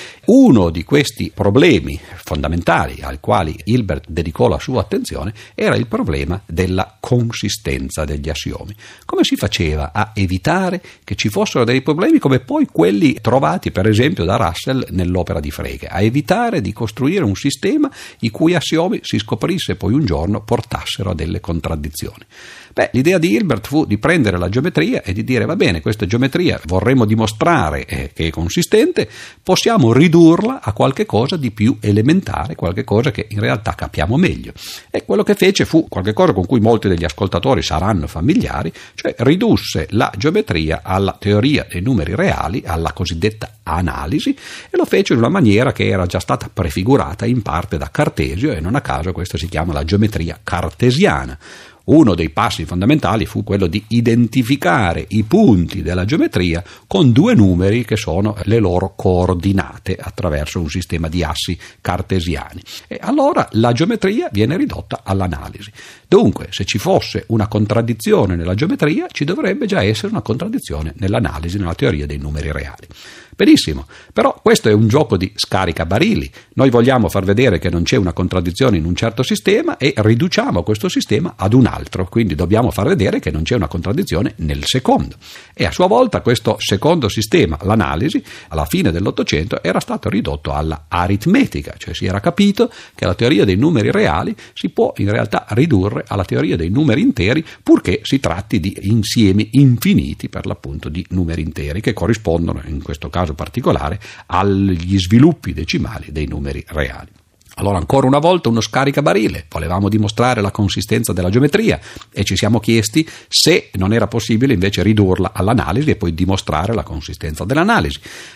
Uno di questi problemi fondamentali al quali Hilbert dedicò la sua attenzione era il problema della consistenza degli assiomi. Come si faceva a evitare che ci fossero dei problemi come poi quelli trovati per esempio da Russell nell'opera di Frege, a evitare di costruire un sistema i cui assiomi si scoprisse poi un giorno portassero a delle contraddizioni? L'idea di Hilbert fu di prendere la geometria e di dire: va bene, questa geometria vorremmo dimostrare che è consistente, possiamo ridurla a qualche cosa di più elementare, qualche cosa che in realtà capiamo meglio. E quello che fece fu qualche cosa con cui molti degli ascoltatori saranno familiari, cioè ridusse la geometria alla teoria dei numeri reali, alla cosiddetta analisi, e lo fece in una maniera che era già stata prefigurata in parte da Cartesio, e non a caso questa si chiama la geometria cartesiana. Uno dei passi fondamentali fu quello di identificare i punti della geometria con due numeri che sono le loro coordinate attraverso un sistema di assi cartesiani. E allora la geometria viene ridotta all'analisi. Dunque, se ci fosse una contraddizione nella geometria, ci dovrebbe già essere una contraddizione nell'analisi, nella teoria dei numeri reali. Benissimo, però questo è un gioco di scaricabarili. Noi vogliamo far vedere che non c'è una contraddizione in un certo sistema e riduciamo questo sistema ad un altro, quindi dobbiamo far vedere che non c'è una contraddizione nel secondo. E a sua volta questo secondo sistema, l'analisi, alla fine dell'Ottocento era stato ridotto alla aritmetica, cioè si era capito che la teoria dei numeri reali si può in realtà ridurre alla teoria dei numeri interi, purché si tratti di insiemi infiniti, per l'appunto, di numeri interi che corrispondono in questo caso particolare agli sviluppi decimali dei numeri reali. Allora, ancora una volta uno scaricabarile. Volevamo dimostrare la consistenza della geometria e ci siamo chiesti se non era possibile invece ridurla all'analisi e poi dimostrare la consistenza dell'analisi.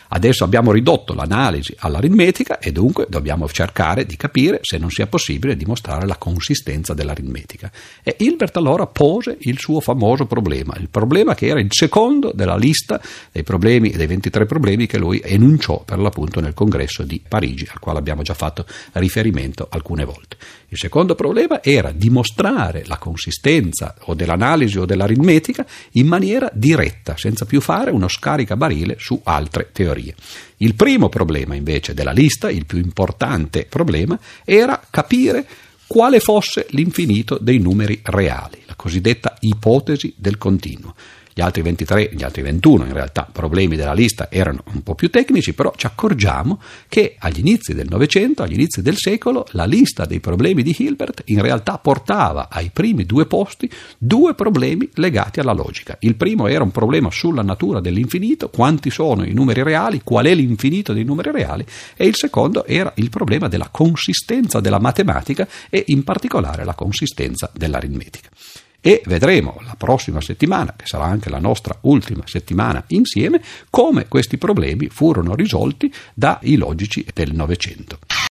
Adesso abbiamo ridotto l'analisi all'aritmetica e dunque dobbiamo cercare di capire se non sia possibile dimostrare la consistenza dell'aritmetica. E Hilbert allora pose il suo famoso problema, il problema che era il secondo della lista dei problemi, dei 23 problemi che lui enunciò per l'appunto nel congresso di Parigi, al quale abbiamo già fatto riferimento alcune volte. Il secondo problema era dimostrare la consistenza o dell'analisi o dell'aritmetica in maniera diretta, senza più fare uno scaricabarile su altre teorie. Il primo problema invece della lista, il più importante problema, era capire quale fosse l'infinito dei numeri reali, la cosiddetta ipotesi del continuo. Gli altri 21 in realtà problemi della lista erano un po' più tecnici, però ci accorgiamo che agli inizi del Novecento, agli inizi del secolo, la lista dei problemi di Hilbert in realtà portava ai primi 2 posti 2 problemi legati alla logica. Il primo era un problema sulla natura dell'infinito, quanti sono i numeri reali, qual è l'infinito dei numeri reali, e il secondo era il problema della consistenza della matematica e in particolare la consistenza dell'aritmetica. E vedremo la prossima settimana, che sarà anche la nostra ultima settimana insieme, come questi problemi furono risolti dai logici del Novecento.